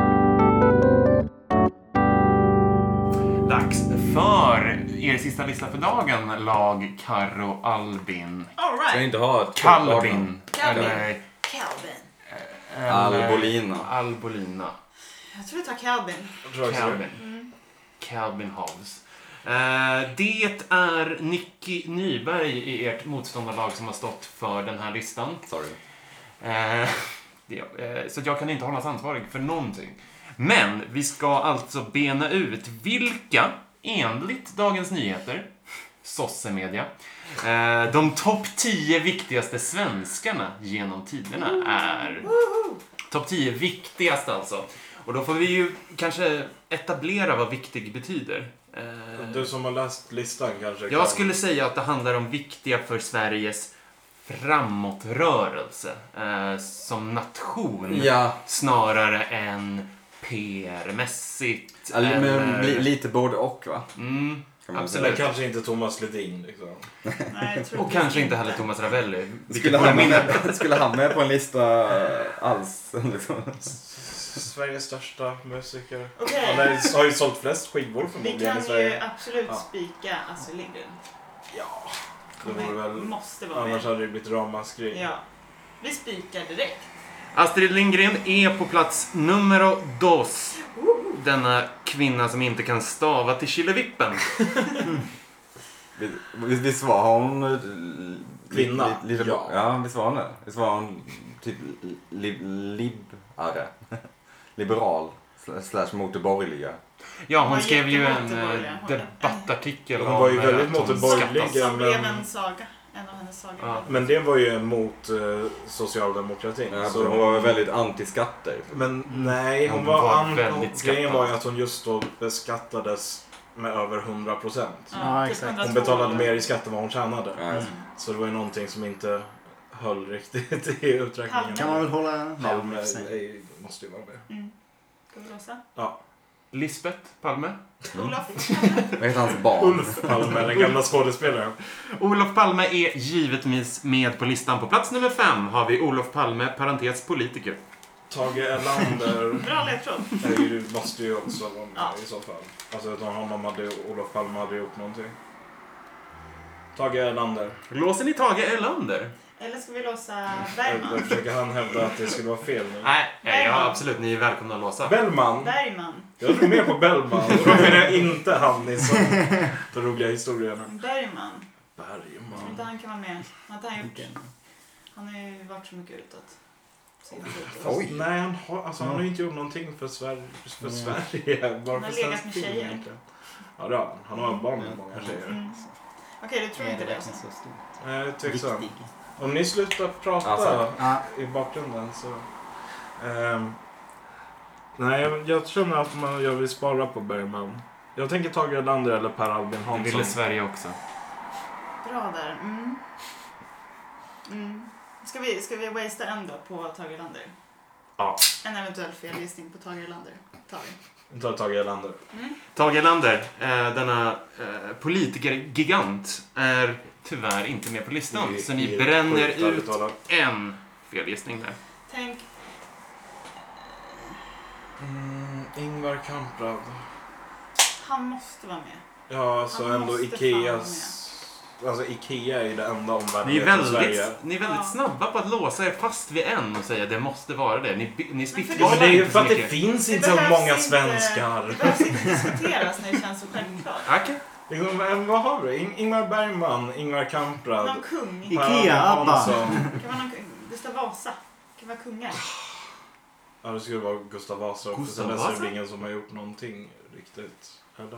Dags för er sista lista för dagen, lag Karo Albin. All Ska jag right. inte ha ett Calvin. Calvin. Eller, Calvin. eller Albolina. Albolina. Jag tror vi tar Calvin. Jag tror också det. Calvin. Mm. Calvin Hobbs. Eh, det är Nicky Nyberg i ert motståndarlag som har stått för den här listan. Sorry. Eh, det, eh, så att jag kan inte hållas ansvarig för någonting. Men vi ska alltså bena ut vilka, enligt Dagens Nyheter, Sossemedia, eh, de topp tio viktigaste svenskarna genom tiderna är. Topp tio viktigaste alltså. Och då får vi ju kanske etablera vad viktig betyder. Eh, Du som har läst listan kanske kan... jag skulle säga att det handlar om viktiga för Sveriges framåtrörelse eh, som nation. Ja, Snarare än P R-mässigt. eller, men, eller- li, lite både och va? Mm, Kan man absolut. Eller kanske inte Thomas Ledin liksom. Nej, jag tror Och kanske inte heller Thomas Ravelli. vilket Skulle vore han, min- med, skulle han med på en lista alls? Liksom? Sveriges största musiker. Okej. Han är- har ju sålt flest skivor Vi förmodligen i kan ju Sverige. absolut Ja. spika Astrid Lindgren. Ja, det Kommer- vore väl... Måste vara Annars med. hade det blivit ramaskri. Ja. Vi spikar direkt. Astrid Lindgren är på plats numero dos. Denna kvinna som inte kan stava till Killevippen. Visst, visst var hon... eh, li- Kvinna? li- lite, Ja. ja, visst var hon det? Visst var hon typ li, libare? Liberal? Slash, slash mot det borgerliga? Ja, hon Hon var skrev ju en jättemot det eh, borgerliga. Hon- debattartikel Hon var ju om, eh, väldigt att mot hon det borgerliga. skattas. Som blev men- en saga. En av hennes sagor. Ja. Men det var ju emot eh, socialdemokratin. Ja, så hon var väldigt anti-skatter. Men nej, hon, Hon var, var an... väldigt Grejen skattad. var ju att hon just då beskattades med över hundra procent. Ja, typ exakt. hundratvå. Hon betalade mer i skatt än vad hon tjänade. Ja, Mm. Så det var ju någonting som inte höll riktigt i uträkningen. Kan man väl hålla med om Halm i och för sig. nej, måste ju vara med. Mm. Ska vi låsa? Ja. Lisbeth Palme. Mm. Olof? Vad heter hans barn? Ulf Palme, den gamla skådespelaren. Olof Palme är givetvis med på listan. På plats nummer fem har vi Olof Palme, parentes politiker. Tage Erlander Bra ledtråd. är ju, måste ju också vara med Ja. i så fall. Alltså utan honom hade Olof Palme hade gjort någonting. Tage Erlander. Låser ni Tage Erlander? Eller ska vi låsa Där Bergman? försöker han hävda att det skulle vara fel nu. Nej, ja, Bergman. absolut. Ni är välkomna att låsa. Bellman. Bergman. Jag tror mer på Bellman. Då menar jag inte han i som de roliga historierna. Bergman. Jag tror Bergman. inte han kan vara med. Har inte han gjort det? Han har ju varit så mycket utåt. Fast, nej, han har, alltså, han har ju inte gjort någonting för Sverige. För Mm. Sverige. Bara Han har för legat svensk med film, tjejer. egentligen. Ja, det har han. Han har barn med många tjejer. Mm. Okej, du tror Är inte det det? verkligen så stort? Nej, jag är tveksam. Viktig. Om ni slutar prata Alltså. Ja. i bakgrunden så... Ehm, nej, jag, jag känner att man, jag vill spara på Bergman. Jag tänker Tage Erlander eller Per Albin Det Hansson. ville Sverige också. Bra där. Mm. Mm. Ska vi, ska vi wastea en då på Tage Erlander? Ja. En eventuell felgissning på Tage Erlander. Tar vi. Jag tar Tage Erlander. Mm. Tage Erlander, eh, denna eh, politikergigant, är tyvärr inte med på listan. Det Så ni är bränner sjukt ärligt ut talat. en felgissning där. Tänk, Mm, Ingvar Kamprad. han måste vara med. Ja, alltså Han ändå måste Ikeas... Alltså Ikea är ju det enda Ni är omvärlden i Sverige. väldigt, ni är väldigt Ja. snabba på att låsa er fast vid en och säga det måste vara det. Ni, ni Men spittrar för Ja, men det är ju inte för så att det mycket. finns Det inte så behövs många inte- svenskar. Det behövs inte diskuteras när det känns så självklart. Okej. Liksom, vad vad har du? In- Ingmar Bergman, Ingvar Kamprad. Någon kung. Ikea, Per Albin ABBA. Hansson. Det kan vara någon kung. Gustav Vasa. Det kan vara kungar. Ja, det skulle vara Gustav Vasa. För Gustav sen dess är Vasa? det ingen som har gjort någonting riktigt. Eller?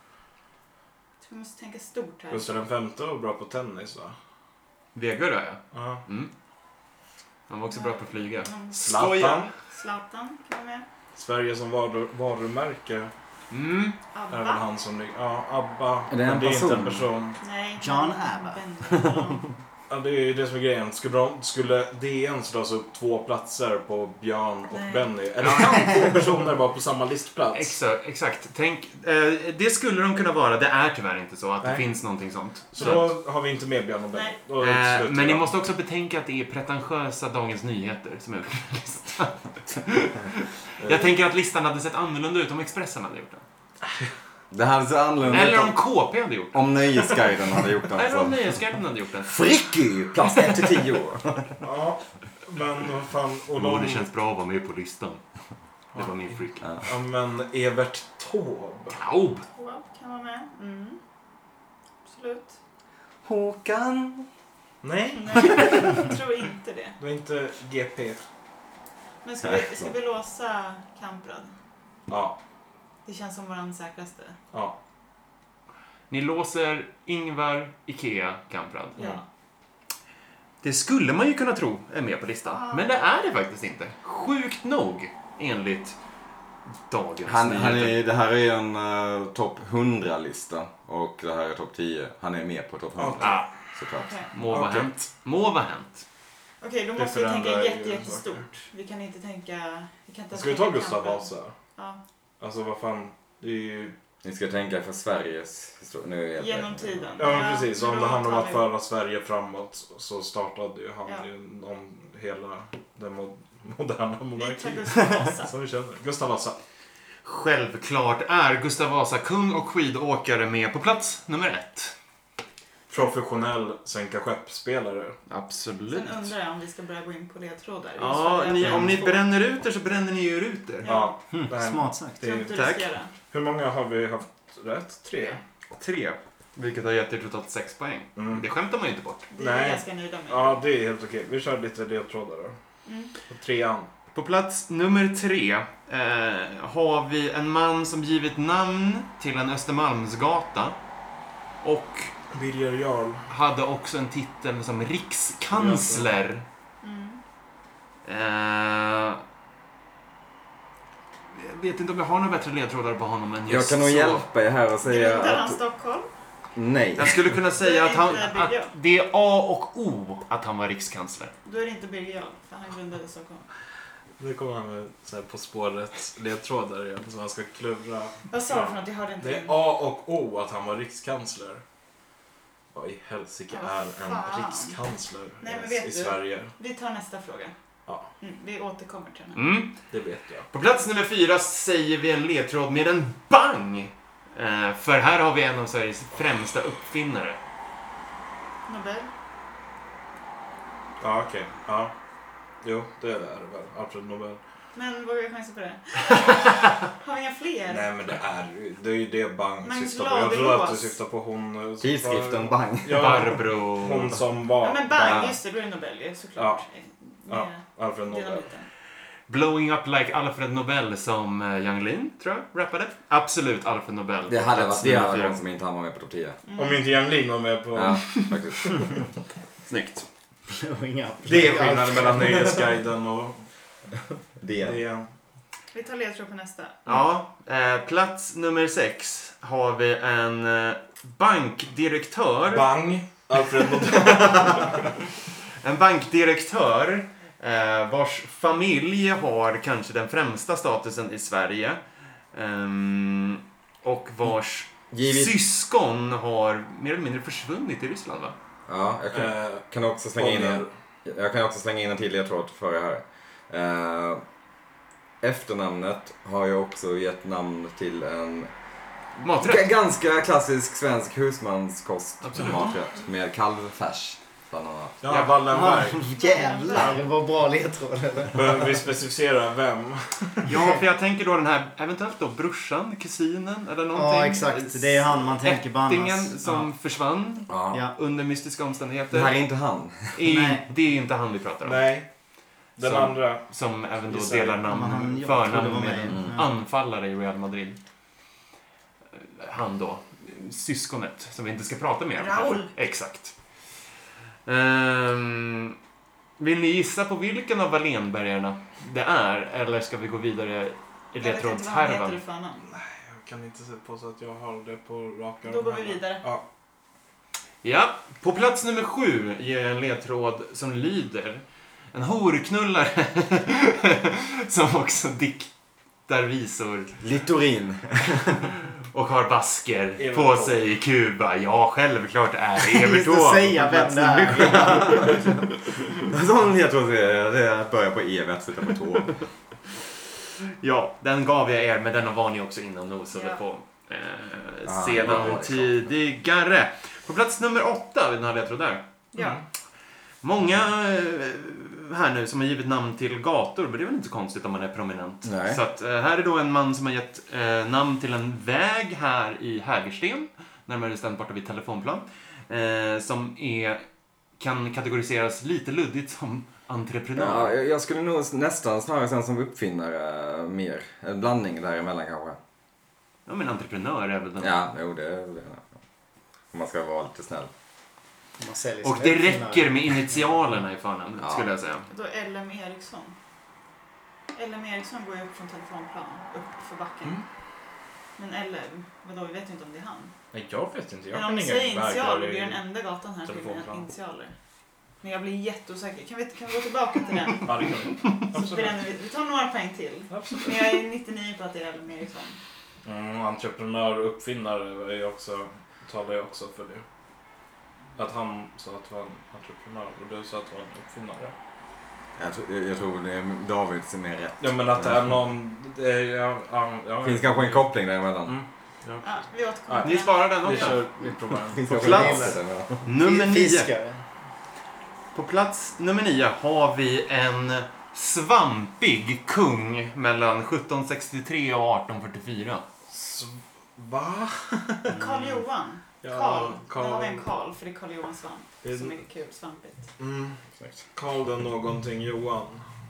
Vi måste tänka stort här. Gustav den femte var bra på tennis, va? Vegard, ja. Ja. Mm. Han var också bra på att flyga. Någon Zlatan. Zlatan kan vara med. Sverige som varu, varumärke Mm. är väl ABBA. han som ligger... Ja, ABBA. Är det en men det är inte en person? person. Nej. John men- ABBA. Ben- Ja, det är ju det som är grejen. Skulle, de, skulle D N slås upp två platser på Björn och Nej. Benny? Eller kan två personer vara på samma listplats? Exakt, exakt. Tänk, eh, det skulle de kunna vara. Det är tyvärr inte så att Nej. det finns någonting sånt. Så Så att- då har vi inte med Björn och Benny. Nej. Då är det Eh, slut, men ni ja. måste också betänka att det är pretentiösa Dagens Nyheter som är på listan. Jag tänker att listan hade sett annorlunda ut om Expressen hade gjort den. Det hade så annorlunda Eller ut om K P hade gjort den. om Nöjesguiden hade gjort den. Eller om Så. Nöjesguiden hade gjort den. Fricky! Plats ett till tio. Ja, men vad fan... Och Åh, de, det känns bra att vara med på listan. Det var min freak. Ja. ja, men Evert Taube. Taube! Wow, kan vara med. Mm. Absolut. Håkan. Nej, Nej, jag tror inte det. det var inte G P. Men ska vi, ska vi låsa Kamprad? Ja, Det känns som våran säkraste. ja. Ni låser Ingvar, Ikea, Kamprad. Ja. Det skulle man ju kunna tro är med på listan. Ah. Men det är det faktiskt inte. Sjukt nog, enligt Dagens Han, Nyheter. han är, det här är en uh, topp hundra-lista och det här är topp tio. Han är med på topp hundra, Ah, såklart. Okej, må vara Okej. hänt. Må vara hänt. Okej, då Det måste vi tänka förändrar ju jätte, saker. jättestort. Vi kan inte tänka... Vi kan inte Ska vi tänka ta Gustav Kamprad. Vasa? Ja. Alltså vad fan, det är ju... Ni ska tänka för Sveriges historia. Nu är jag Genom tiden. Ja, men precis. men Om då det handlar om tar att vi- föra Sverige framåt så startade ju han Ja. ju om hela den mo- moderna Vi tar monarkin. Gustav Vasa. Som vi känner. Gustav Vasa. Självklart är Gustav Vasa kung och skidåkare med på plats nummer ett. Professionell sänka skeppsspelare. Absolut. Sen undrar jag om vi ska börja gå in på ledtrådar. Just Ja, för att ni, jag om ni får- bränner ut er så bränner ni ju ut er. Ja. Mm, det här- smart sagt. det Tror är, inte Tack. riskera. hur många har vi haft rätt? Tre? Tre. Vilket har gett er totalt sex poäng. Mm. Det skämtar man ju inte bort. Det är Nej. vi ganska nöjda med. Ja, det är helt okej. Vi kör lite ledtrådar då. Mm. På trean. På plats nummer tre eh, har vi en man som givit namn till en Östermalmsgata och Birger Jarl. hade också en titel som rikskansler. Mm. Eh, jag vet inte om jag har några bättre ledtrådar på honom än just Jag kan nog så. hjälpa er här och säga Grundade han att... Stockholm? Nej. Jag skulle kunna säga att, han, Det är inte att Birger. det är A och O att han var rikskansler. Då är det inte Birger Jarl, för han grundade Stockholm. Det kommer han med så här På spåret ledtrådar igen som han ska klurra. Vad sa du för något? Jag hörde inte. Det är A och O att han var rikskansler. Vad i helsike Åh, är en fan. rikskansler Nej, men i, vet i du? Sverige? Vi tar nästa fråga. Ja. Mm, vi återkommer till den. Mm. Det vet jag. På plats nummer fyra säger vi en ledtråd med en bang. Eh, för här har vi en av Sveriges främsta uppfinnare. Nobel? Ja, okej. Okay. Ja. Jo, det är det väl. Alfred Nobel. Men vågar jag chansa på det? Har vi inga fler? Nej, men det är, det är ju det Bang Magnus syftar på. Jag tror att du Ladulås. syftar på hon... Tidskriften Bang. Ja, Barbro. hon som var... Ja, men Bang, just det, då är det Nobel ju, såklart. Ja, Med Alfred Nobel. dynamiten. Blowing Up Like Alfred Nobel som eh, Yung Lean, tror jag, rappade. Absolut Alfred Nobel. Det på hade plats varit det nummer alla fyra. gånger som inte han var med på topp tio. Mm. Om inte Yung Lean var med på... Ja, faktiskt. Snyggt. Inga Det är skillnaden mellan Nöjesguiden och Det. det. Vi tar ledtråd på nästa. Ja, eh, plats nummer sex har vi en eh, bankdirektör. Bang, Alfred Nobel. En bankdirektör eh, vars familj har kanske den främsta statusen i Sverige. Ehm, och vars Givet. syskon har mer eller mindre försvunnit i Ryssland, va? Ja, jag kan, Eh, kan också slänga in en, Bonnier. jag kan också slänga in en till ledtråd för det här. Eh, efternamnet har jag också gett namn till en Maträtt. g- ganska klassisk svensk husmanskost Absolut. maträtt med kalvfärs bland annat. Ja, Ja. Wallenberg. Jävlar vad bra ledtråd eller? Behöver vi specificera vem? Ja, för jag tänker då den här, eventuellt då brorsan, kusinen eller någonting. Ja exakt, det är han man tänker på annars. Ättingen som försvann Ja. Ja. under mystiska omständigheter. Det här är inte han. är, Nej. det är inte han vi pratar om. Nej. Den Som- andra. Som även då Gissar delar jag. namn, Men han- jag trodde det förnamn var med med. en Mm. anfallare i Real Madrid. Han då, syskonet, som vi inte ska prata mer om. Raúl. Exakt. Ehm, vill ni gissa på vilken av Wallenbergarna det är? Eller ska vi gå vidare i Jag vet inte vad han ledtrådshärvan? heter i förnamn. Jag kan inte säga på så att jag har det på raka Då går armar. vi vidare. Ja. Ja, på plats nummer sju ger jag en ledtråd som lyder: en horknullare som också diktar visor Littorin. och har basker Evert på Taube. sig i Kuba. Ja, självklart är det Evert Just att Taube. säga vem det är. En sån ledtråd är det är att börja på Evert, sluta på tåg. Ja, den gav jag er, men den var ni också innan nosade Ja. på eh, Ah, sedan bra, liksom. tidigare. På plats nummer åtta, vid den här ledtråd där. Ja. Många eh, här nu som har givit namn till gator, men det är väl inte så konstigt om man är prominent. Nej. Så att, eh, här är då en man som har gett eh, namn till en väg här i Hägersten, närmare bestämt borta vid Telefonplan, eh, som är, kan kategoriseras lite luddigt som entreprenör. Ja, jag jag skulle nog nästan snarare sen som uppfinnare eh, mer. En blandning däremellan kanske. Ja, men entreprenör är väl den. Ja, jo det är väl det. Om man ska vara lite snäll. Man säljer Och sina det uppfinnare. räcker med initialerna i förnamnet, Ja. skulle jag säga. Då L M Eriksson. L M Eriksson går ju upp från Telefonplan, upp för backen. Mm. Men L M, vadå, vi vet ju inte om det är han. Nej, jag vet inte. Jag Men om kan vi inga säger initialer, vägar vi är i... den enda gatan här till med Telefonplan. initialer. Men jag blir jätteosäker. Kan vi, kan vi gå tillbaka till den? Ja, det kan vi. Så Absolut. bränner vi, vi tar några poäng till. Absolut. Men jag är nittionio på att det är L M Eriksson. Mm, entreprenör och uppfinnare är ju också, talar jag också för det. Att han sa att det var en entreprenör och du sa att det var en uppfinnare. Jag, tror- jag, jag tror det är David som är rätt. Ja, men att det är någon... Det är, ja, ja, ja, Det finns kanske en koppling däremellan. Mm. Ja, Ja, vi återkommer Ja, Ni sparar den vi också. kör, vi provar Det den. finns På kanske plats. en koppling däremellan. Nummer nio. Fiskare. På plats nummer nio har vi en svampig kung mellan sjutton sextiotre och arton fyrtiofyra. S- Va? Karl Johan. Ja, Karl. Karl. Där har vi en Karl, för det är Karl Johan Svamp. Det är- Som är kul, svampigt. Mm. Karl den någonting Johan.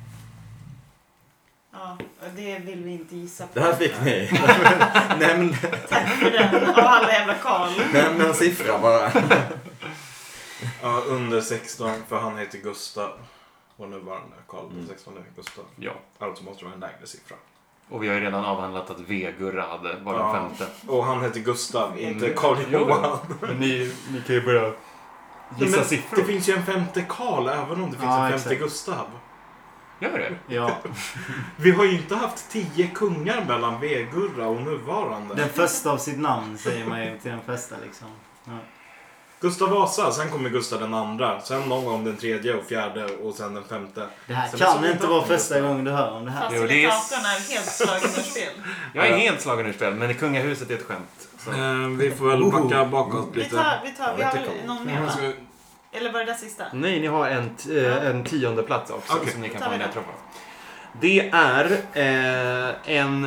Ja, och det vill vi inte gissa på. Det här fick ni. Nämn, Tack för den, av alla jävla Karl. nämn en siffra bara. Ja, under sexton, för han heter Gustav. Och nuvarande Karl den Mm. sextonde Gustav. Ja. Alltså måste det vara en lägre siffra. Och vi har ju redan avhandlat att V-Gurra hade var den Ja. femte. Och han heter Gustav, inte Mm. Karl Jo, Johan. Men ni, ni kan ju börja gissa Men siffror. det finns ju en femte Karl även om det finns Ja, en femte exakt. Gustav. Gör det? Ja. Vi har ju inte haft tio kungar mellan Vegurra och nuvarande. Den första av sitt namn säger man ju till den första liksom. Ja. Gustav Vasa, sen kommer Gustav den andra, sen någon gång den tredje och fjärde och sen den femte. Det här sen kan inte vara första gången du hör om det här. Facilitatorn är helt slagen ur spel. Jag är helt slagen ur spel, men i kungahuset är ett skämt. Så. Eh, vi får väl backa bakåt Vi lite. tar, vi tar, vi Jag har vet väl inte någon mer va? Ska- Eller var det där sista? Nej, ni har en, t- eh, en tionde plats också Okej. som ni kan Tar få vi en den. ledtråd på. Det är eh, en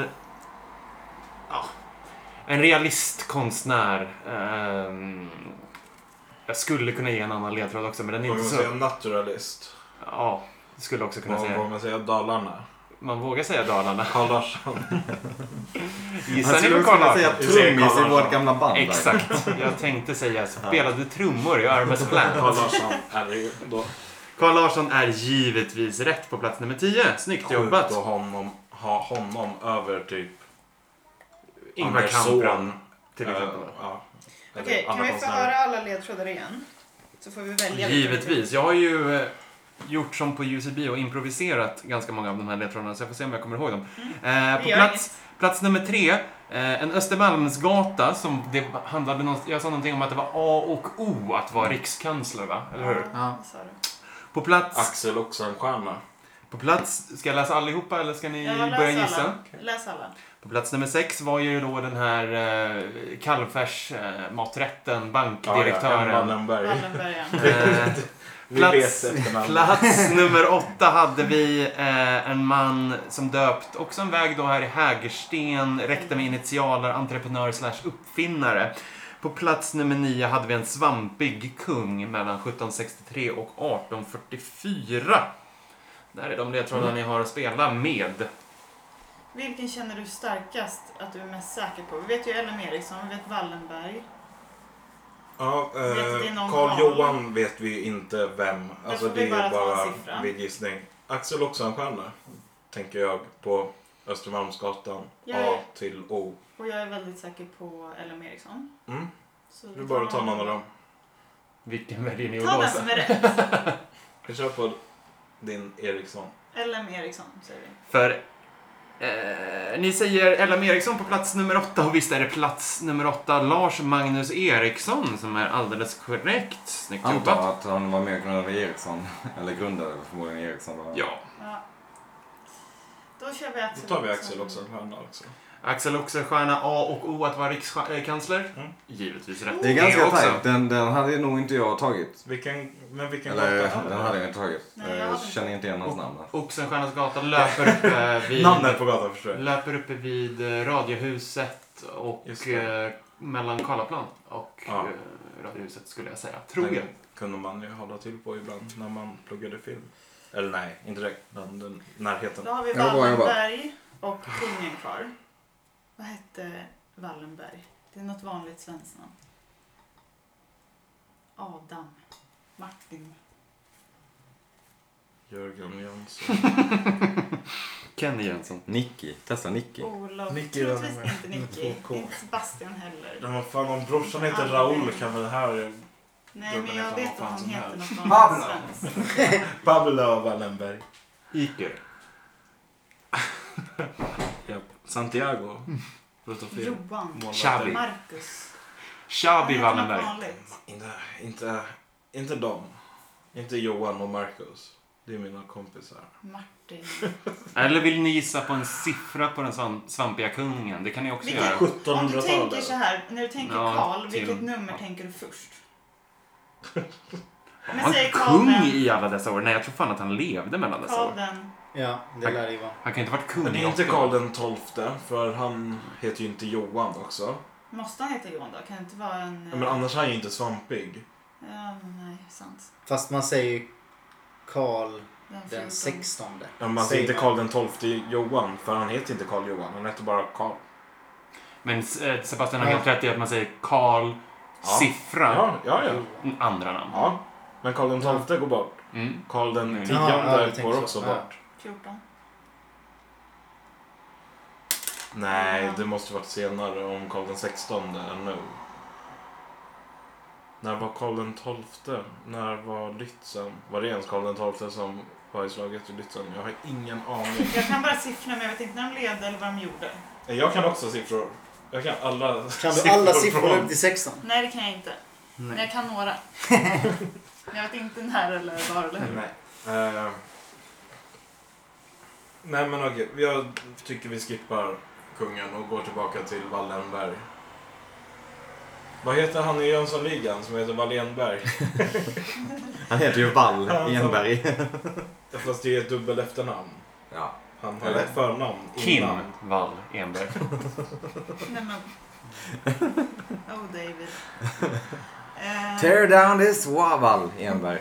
ja, en realistkonstnär. Eh, jag skulle kunna ge en annan ledtråd också, men den är Vågar inte man så... säga naturalist? Ja, det skulle också kunna säga. Vågar man säga Dalarna? Man vågar säga Dalarna. Karl Larsson. Gissar Han ni skulle på också Karl kunna säga Larsson? trummis Karl i vårt Larsson. gamla band. där. Exakt. Jag tänkte säga spelade trummor i Örmes Plan. Karl Larsson är det ju då. Karl Larsson är givetvis rätt på plats nummer tio. Snyggt jobbat. Sjukt att honom, ha honom över typ Ingvar Anders Kamprad son. till Eh, exempel. ja. Eller Okej, kan andra vi få konstnärer. höra alla ledtrådar igen? Så får vi välja. vilka vi Givetvis. Jag har ju eh, gjort som på U S B och improviserat ganska många av de här ledtrådarna, så jag får se om jag kommer ihåg dem. Eh, på gör plats, plats nummer tre, eh, en Östermalmsgata som det handlade någon, jag sa någonting om att det var A och O att vara rikskansler, va? Eller hur? Ja, Ja. det sa du. På plats, Axel Oxenstierna. på plats, ska jag läsa allihopa eller ska ni Ja, läs börja gissa? alla. Läs alla. På plats nummer sex var ju då den här eh, kallfärs-maträtten, bankdirektören. Ja, Wallenberg. Wallenbergen. Eh, Vi plats, vet efternamnet. plats nummer åtta hade vi eh, en man som döpt också en väg då här i Hägersten, räckte med initialer, entreprenör slash uppfinnare. På plats nummer nio hade vi en svampig kung mellan sjutton sextiotre och arton fyrtiofyra. Där är de ledtrådarna ni har att spela med. Vilken känner du starkast att du är mest säker på? Vi vet ju L M Eriksson, vi vet Wallenberg. Ja, Vet att det är eh, någon Karl Karl. Johan vet vi inte vem. Alltså får vi det är bara ta en bara siffra. vid gissning. Axel Oxenstierna tänker jag på Östermalmsgatan. Jag A är- till O. Och jag är väldigt säker på L M Eriksson. Mm. Så Du bara ta någon av dem. Vilken väljer ni att Ta den låsa? som är rätt. Vi kör på din Eriksson. L M Eriksson säger vi. För eh, ni säger L M Eriksson på plats nummer åtta och visst är det plats nummer åtta Lars Magnus Eriksson som är alldeles korrekt. Snyggt Antar jobbat. att han var med och grundade Ericsson. Eller grundade förmodligen Ericsson. Då. Ja. Ja. Då kör vi Axel. Då tar vi Axel Oxenstierna också. Axel Oxenstierna, A och O att vara rikskansler. Mm. Givetvis rätt. Det är ganska också. tajt. Den, den hade nog inte jag tagit. Vilken, men vilken Eller gata hade den vi? hade jag inte tagit. Nej, jag jag hade inte. känner inte igen hans namn. Oxenstiernas gata löper upp eh, vid, Namnet på gatan förstår jag. löper uppe vid eh, Radiohuset och Just det. eh, mellan Karlaplan och Ja. eh, Radiohuset skulle jag säga. Tror Den jag. kunde man ju hålla till på ibland när man pluggade film. Eller nej, inte direkt. Men den närheten. Då har vi Ja, bra jobbat. Wallenberg och kungen kvar. Vad hette Wallenberg? Det är något vanligt svenskt namn. Adam. Martin. Jörgen Jönsson. Kenny Jönsson. Nicky. Testa Nicky. Olof. Nicky Troligtvis Wallenberg. inte Nicky. Med två K. Inte Sebastian heller. Men vad fan, om brorsan heter Raoul kan väl det här... Nej, men jag Gubben vet heter vad att fan han som heter helst. något Pablo. vanligt svenskt. Pablo Wallenberg. Iker. Ja. Santiago. Rutofil. Johan. Xavi. Marcus. Xavi Han heter något Wallenberg. vanligt. Inte, inte, inte dem. Inte Johan och Marcus. Det är mina kompisar. Martin. Eller vill ni gissa på en siffra på den svamp- svampiga kungen? Det kan ni också Vilken- göra. Om du sjuttonhundratalet. tänker så här, när du tänker Ja, Karl, till- vilket nummer tänker du först? Har Men han säg Karl kung den, i alla dessa år? Nej, jag tror fan att han levde mellan dessa Karl år. den, Ja, det lär det ju vara. Han kan inte ha varit kung Men det i är inte åttio Karl år. den tolfte, för han heter ju inte Johan också. måste han heta Johan då? Kan det inte vara en... Ja, men annars är han ju inte svampig. Ja, men nej, sant. Fast man säger ju Karl Den den fjorton. sextonde. Ja, man säger inte Karl den tolfte Johan, för han heter inte Karl Johan. Han heter bara Karl. Men eh, Sebastian har Ja. helt rätt i att man säger Karl Ja. siffra Ja, ja, ja. andra namn. ja. Men Karl den tolfte går bort. Mm. Karl den Mm. tionde Ja, ja, jag tänker går så. också Ja. bort. fjorton. Nej, Ja. det måste varit senare om Karl den sextonde än nu. När var Karl den tolfte? När var Lützen? Var det ens Karl den tolfte som har i slaget i Lützen. Jag har ingen aning. Jag kan bara siffrorna, men jag vet inte när de levde eller vad de gjorde. Jag kan också siffror. Jag kan alla Kan siffror du alla siffror från- upp till sexton? Nej, det kan jag inte. Men Nej. jag kan några. Men jag vet inte när eller var eller hur. Nej. Uh, nej men okej, jag tycker vi skippar kungen och går tillbaka till Wallenberg. Vad heter han i Jönssonligan som heter Wallenberg? Han heter ju Wall Enberg. Fast det är ett dubbel efternamn. Ja. Han har Eller? ett förnamn Kim innan. Wall Enberg. Nej, men... Oh, David. Eh, Tear down this wall, Wall Enberg.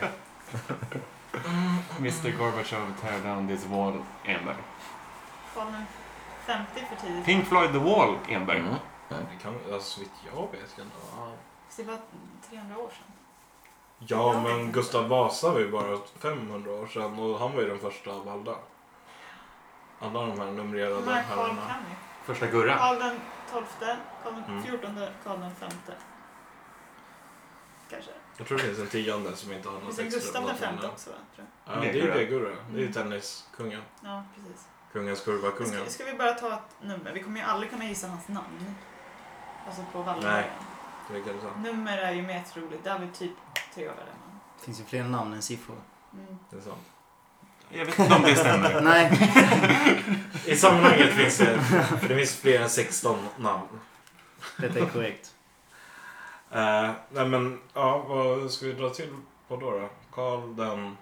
mister Gorbachev tear down this wall Enberg. Karl den femte för tidigt. Pink Floyd The Wall Enberg. Mm. Det kan, alltså, vitt jag vet inte. Ja. Så det var trehundra år sedan. Ja, Jag vet men inte. Gustav Vasa var ju bara femhundra år sedan och han var ju den första av alla. Alla de här numrerade De här Karl herrarna. kan vi. Första Gurra. Karl den tolfte, Karl den Mm. fjortonde, Karl den femte. Kanske. Jag tror det finns en tionde som inte har Det något finns en extra. Gustav den namn. femte också, va? Tror jag. Ja, det är ju det Gurra. Det är ju tenniskungen. Ja, precis. Kungens kurva kungen. Ska, ska vi bara ta ett nummer? Vi kommer ju aldrig kunna gissa hans namn. Alltså på Wallenberg. Nej. Det kan du säga. Nummer är ju mer troligt. Det har vi typ tre över det. Det finns ju fler namn än siffror. Mm. Det är sant. Jag vet inte om det stämmer. Nej. I sammanhanget finns det, för det finns fler än sexton namn. Detta är korrekt. Uh, nej men, ja, vad ska vi dra till på då då? Karl den...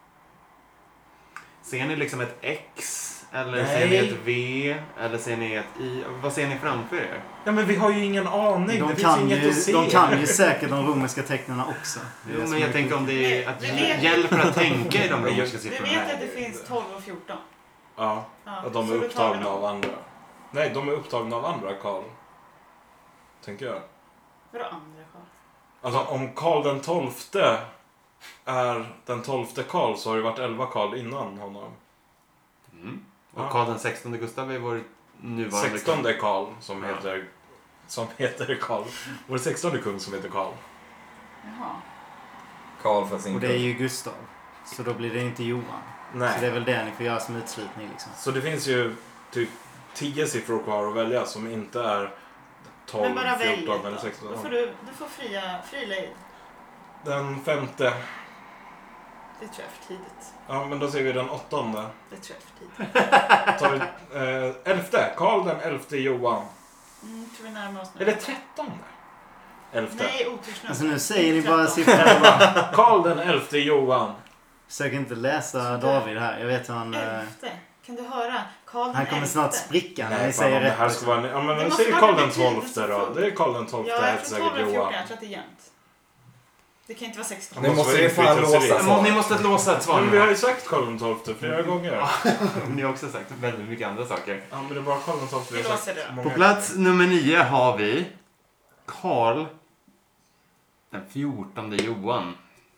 Ser ni liksom ett X? Eller Nej. ser ni ett V? Eller ser ni ett I? Vad ser ni framför er? Ja men vi har ju ingen aning, De det kan, finns inget ju, att se. de kan ju säkert de romerska tecknen också. Det är Jo, det som men jag är tänker om det är att Vi vet- hjälper att tänka i de romerska Vi siffrorna. vet att det finns tolv och fjorton. Ja, Ja, att de så är då tar vi upptagna dem. av andra. Nej, de är upptagna av andra Karl. Tänker jag. Vadå andra Karl? Alltså om Karl den tolfte är den tolfte Karl så har det varit elva Karl innan honom. Mm. Ja. Och Karl den sextonde Gustav är vår nuvarande sextonde Karl som Ja. heter som heter Karl. Vår sextonde kung som heter Karl. Jaha. Karl för sin Och det är ju Gustav. Så då blir det inte Johan. Nej. Så det är väl det ni får göra som utslutning liksom. Så det finns ju typ tio siffror kvar att välja som inte är Men tolv, bara välj fjorton ett eller då. sexton. Då får du, du får fria, fri lejd. Den femte. Det tror jag är för tidigt. Ja, men då ser vi den åttonde. Det tror jag är för tidigt. Tar vi, eh, elfte. Karl den elfte Johan. Mm, tror vi närmar oss nu. Eller trettonde. Elfte. Nej, otursnummer. Alltså nu säger ni bara tretton. siffror. Bara. Karl den elfte Johan. Försök inte läsa David här. Jag vet hur han... eh, Elfte. Kan du höra? Karl den Han kommer elfte. snart spricka när ni Nej, fan, säger om det rätt. här ska vara... Ja, men Det vi måste säger vara Karl den betydelsefullt. tolfte då. Det är Karl den tolfte, Ja, jag helt tror tolv säkert eller fjorton. Johan. Jag tror att det är jämnt. Det kan inte vara sexton. Ni måste ju fan låsa ett Må- Ni måste låsa ett svar Men vi har nu. ju sagt Karl den tolfte flera gånger. Ni har också sagt väldigt mycket andra saker. Ja, men det är bara Karl den tolfte. Vi har låser sagt det då. många På plats nummer nio har vi Karl den fjortonde Johan.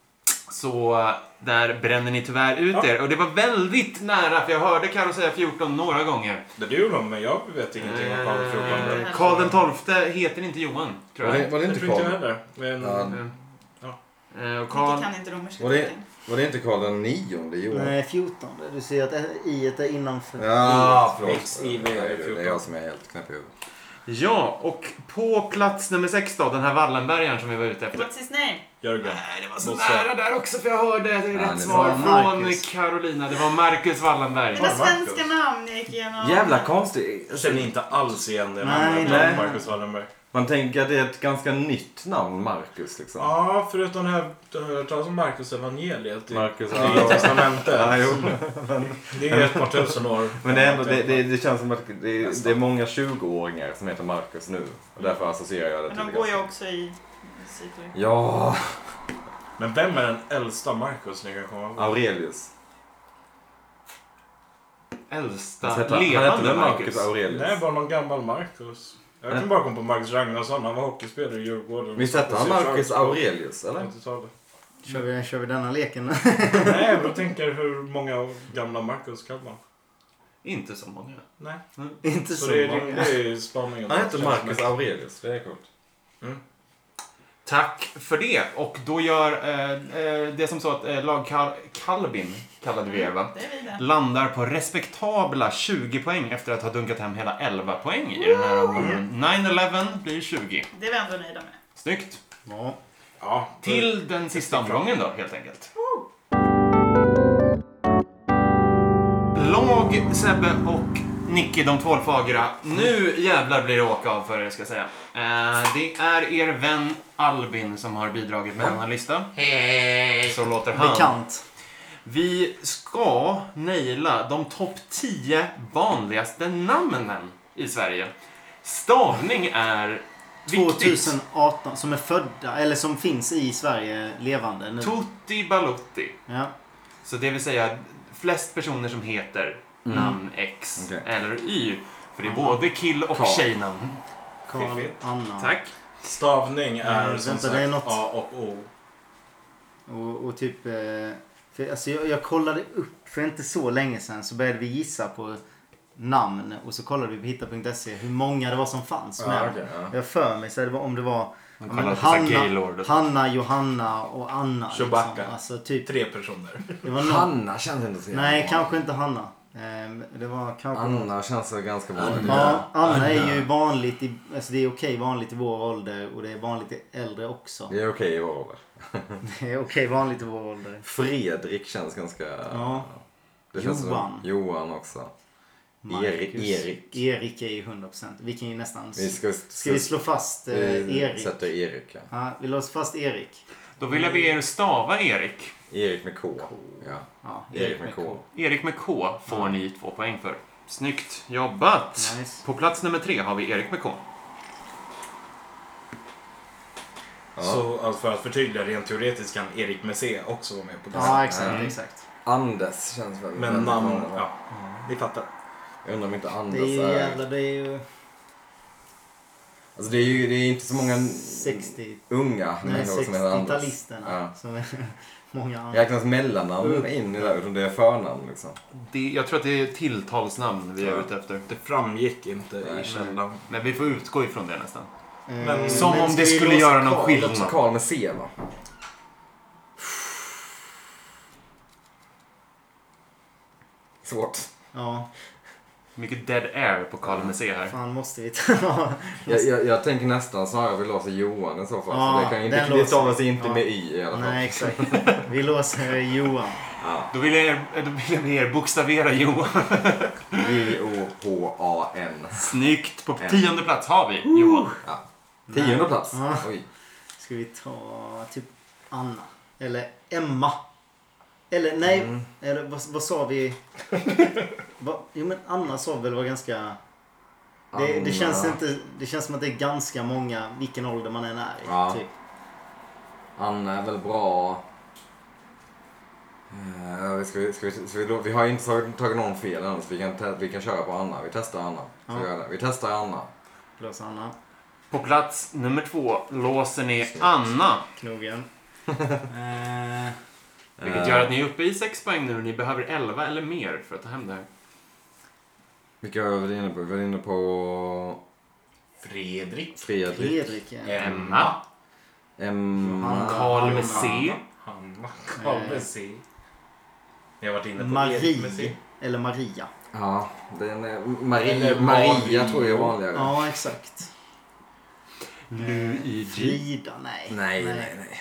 Så där bränner ni tyvärr ut Ja. er. Och det var väldigt nära, för jag hörde Karo säga fjorton några gånger. Det är ju de, men jag vet ingenting om Karl den fjortonde. Eh, Karl den tolfte heter inte Johan, tror Var jag. det, var det Det inte tror inte jag Karl? heller. Men, Ja. Eh, Ja. eh, Och Micke Karl... kan inte romerska Var det- tecken. Var det inte Karl den nionde Johan? Nej, fjorton. Du ser att i är innanför. Ja, förlåt. X I V Nej, det är fjorton. jag som är helt knäpp i huvudet. Ja, och på plats nummer sex då, den här Wallenbergaren som vi var ute efter. What's his name? Jörgen. Nej, det var så Måste- nära där också för jag hörde Ja, rätt det svar var från Marcus. Carolina. Det var Marcus Wallenberg. Mina Marcus? svenska namn jag gick igenom. Jävla konstigt. Jag känner inte alls igen det Nej, namnet. nej. Marcus Wallenberg. Man tänker att det är ett ganska nytt namn, Marcus liksom. Ja, förutom det här, du har hört talas om Marcus evangeliet i Marcus, Nya ja. testamentet. Ja, jo. Det är ju ett par tusen år. Men det, är ändå, det, det, det känns som att det, är- det är många tjugo-åringar som heter Marcus nu. Och därför associerar jag det Men till de det går ju ganska- också i cykler. Ja, Men vem är den äldsta Marcus ni kan komma ihåg? Aurelius. Äldsta Han heter, han heter levande väl Marcus. Marcus Aurelius? Nej, bara någon gammal Marcus. Jag kan bara komma på Marcus Ragnarsson. Han var hockeyspelare i Djurgården. Visst hette han Marcus Aurelius, eller? åttiotalet. Kör vi, kör vi denna leken? Nej, jag tänker hur många gamla Marcus kan man? Inte så många. Nej. Inte Så så det är, många. det är spaningen. Han heter Marcus Aurelius, det är coolt. Tack för det. Och då gör eh, eh, det som så att eh, lag Kal- Kalbin, kallade vi er va? Det är vi det. Landar på respektabla tjugo poäng efter att ha dunkat hem hela elva poäng i den här omgången. nio elva blir tjugo. Det är vi ändå nöjda med. Snyggt. Ja. Ja, Till den sista omgången då, helt enkelt. Lag Sebbe och Nicky, de tvålfagra. Nu jävlar blir det åka av för er, ska jag säga. Eh, det är er vän Albin som har bidragit med den här listan. Hej! Så låter han. Bekant. Vi ska naila de topp tio vanligaste namnen i Sverige. Stavning är viktigt. tjugoarton som är födda, eller som finns i Sverige levande nu. Tutti Balutti. Ja. Så det vill säga flest personer som heter Mm. namn X Okej. eller Y. För det är Aha. både kill- och Karl. tjejnamn. Karl, Fiffigt. Anna. Tack. stavning är Nej, som vänta, sagt det är något- A och O. Och, och typ... Eh, för, alltså jag, jag kollade upp för inte så länge sedan så började vi gissa på namn och så kollade vi på hitta punkt se hur många det var som fanns Ja, med. okej, ja. Jag för mig så det var om det var Man ja, kollar men på så här Hanna, Gaylord och så. Hanna, Johanna och Anna. Chewbacca. Liksom. Alltså typ... Tre personer. Det var någon, Hanna känns inte så jävla nej, bra. kanske inte Hanna. Ehm, det var kanske... Anna känns så ganska bra. Ja, Anna är Anna. ju vanligt i, alltså det är okej vanligt i vår ålder och det är vanligt i äldre också. Det är okej i vår ålder. Det är okej vanligt i vår ålder. Fredrik känns ganska... Ja. Det känns Johan. Som, Johan också. Erik. Marcus. Erik. Erik är ju hundra procent. Vi kan ju nästan... Vi ska, Ska vi slå fast eh, vi Erik? sätter Erik, ja. Ja, vi låser fast Erik. Då vill jag be er stava Erik. Erik med K. Ja. Ja, Erik med K. Erik med K får Ja. ni två poäng för. Snyggt jobbat. Nice. På plats nummer tre har vi Erik med K. Ja. Så alltså, för att förtydliga rent teoretiskt kan Erik med C också vara med på det. Ja, exakt, Mm. exakt. Anders känns väl... Men väldigt namn, vanligt. ja, ni fattar. Jag undrar om inte Det Anders är ju är... jävla, det är ju Alltså det är ju det är inte så många sextio... unga Nej, människor som heter Anders. sextio-talisterna. Ja. Som är många andra. Räknas mellannamn in i det, utan det är förnamn liksom. Det, jag tror att det är tilltalsnamn vi är Ja. ute efter. Det framgick inte Nej. i källan. Men vi får utgå ifrån det nästan. Eh, Som men om ska det vi skulle låsa göra någon Karl? skillnad. Också Karl med C va? Svårt. Ja, Mycket dead air på Karl med C här. fan måste vi ta... Jag, jag, jag tänker nästan snarare vi låser Johan i så fall. Ja, så det kan ju inte, den det låser stavas vi. inte Ja. med Y i alla fall. Nej, exakt. Vi låser Johan. Ja. Då vill jag, er- då vill jag be er bokstavera Johan. J O H A N. Snyggt. På En. tionde plats har vi Johan. Ja. Tionde plats. Ja. Oj. Ska vi ta typ Anna? Eller Emma? Eller nej, Mm. eller, vad, vad sa vi? Va, jo men Anna sa väl var ganska... Det, det, Anna. känns inte, det känns som att det är ganska många, vilken ålder man än är i. Ja. Typ. Anna är väl bra. Uh, ska vi, ska vi, ska vi, vi har inte tagit, tagit någon fel än, så vi kan, te- vi kan köra på Anna. Vi testar Anna. Så Ja. gör det. Vi testar Anna. Lås Anna. På plats nummer två låser ni Anna. Knogen. eh, Vilket Eh, gör att ni är uppe i sex poäng nu. Ni behöver elva eller mer för att ta hem det här. Vilka har vi varit inne på? Vi var inne på Fredrik. Fredrik. Fredrik. Ja. Emma. Emma. Johanna. Karl med C. Hanna. Karl med C. Ni har varit inne på Marie. Erik med C. Eller Maria. Ja, den är, Marie, Eller Maria Marie. tror jag är vanligare. Ja, exakt. Luigi. Frida, nej. Nej, nej, nej.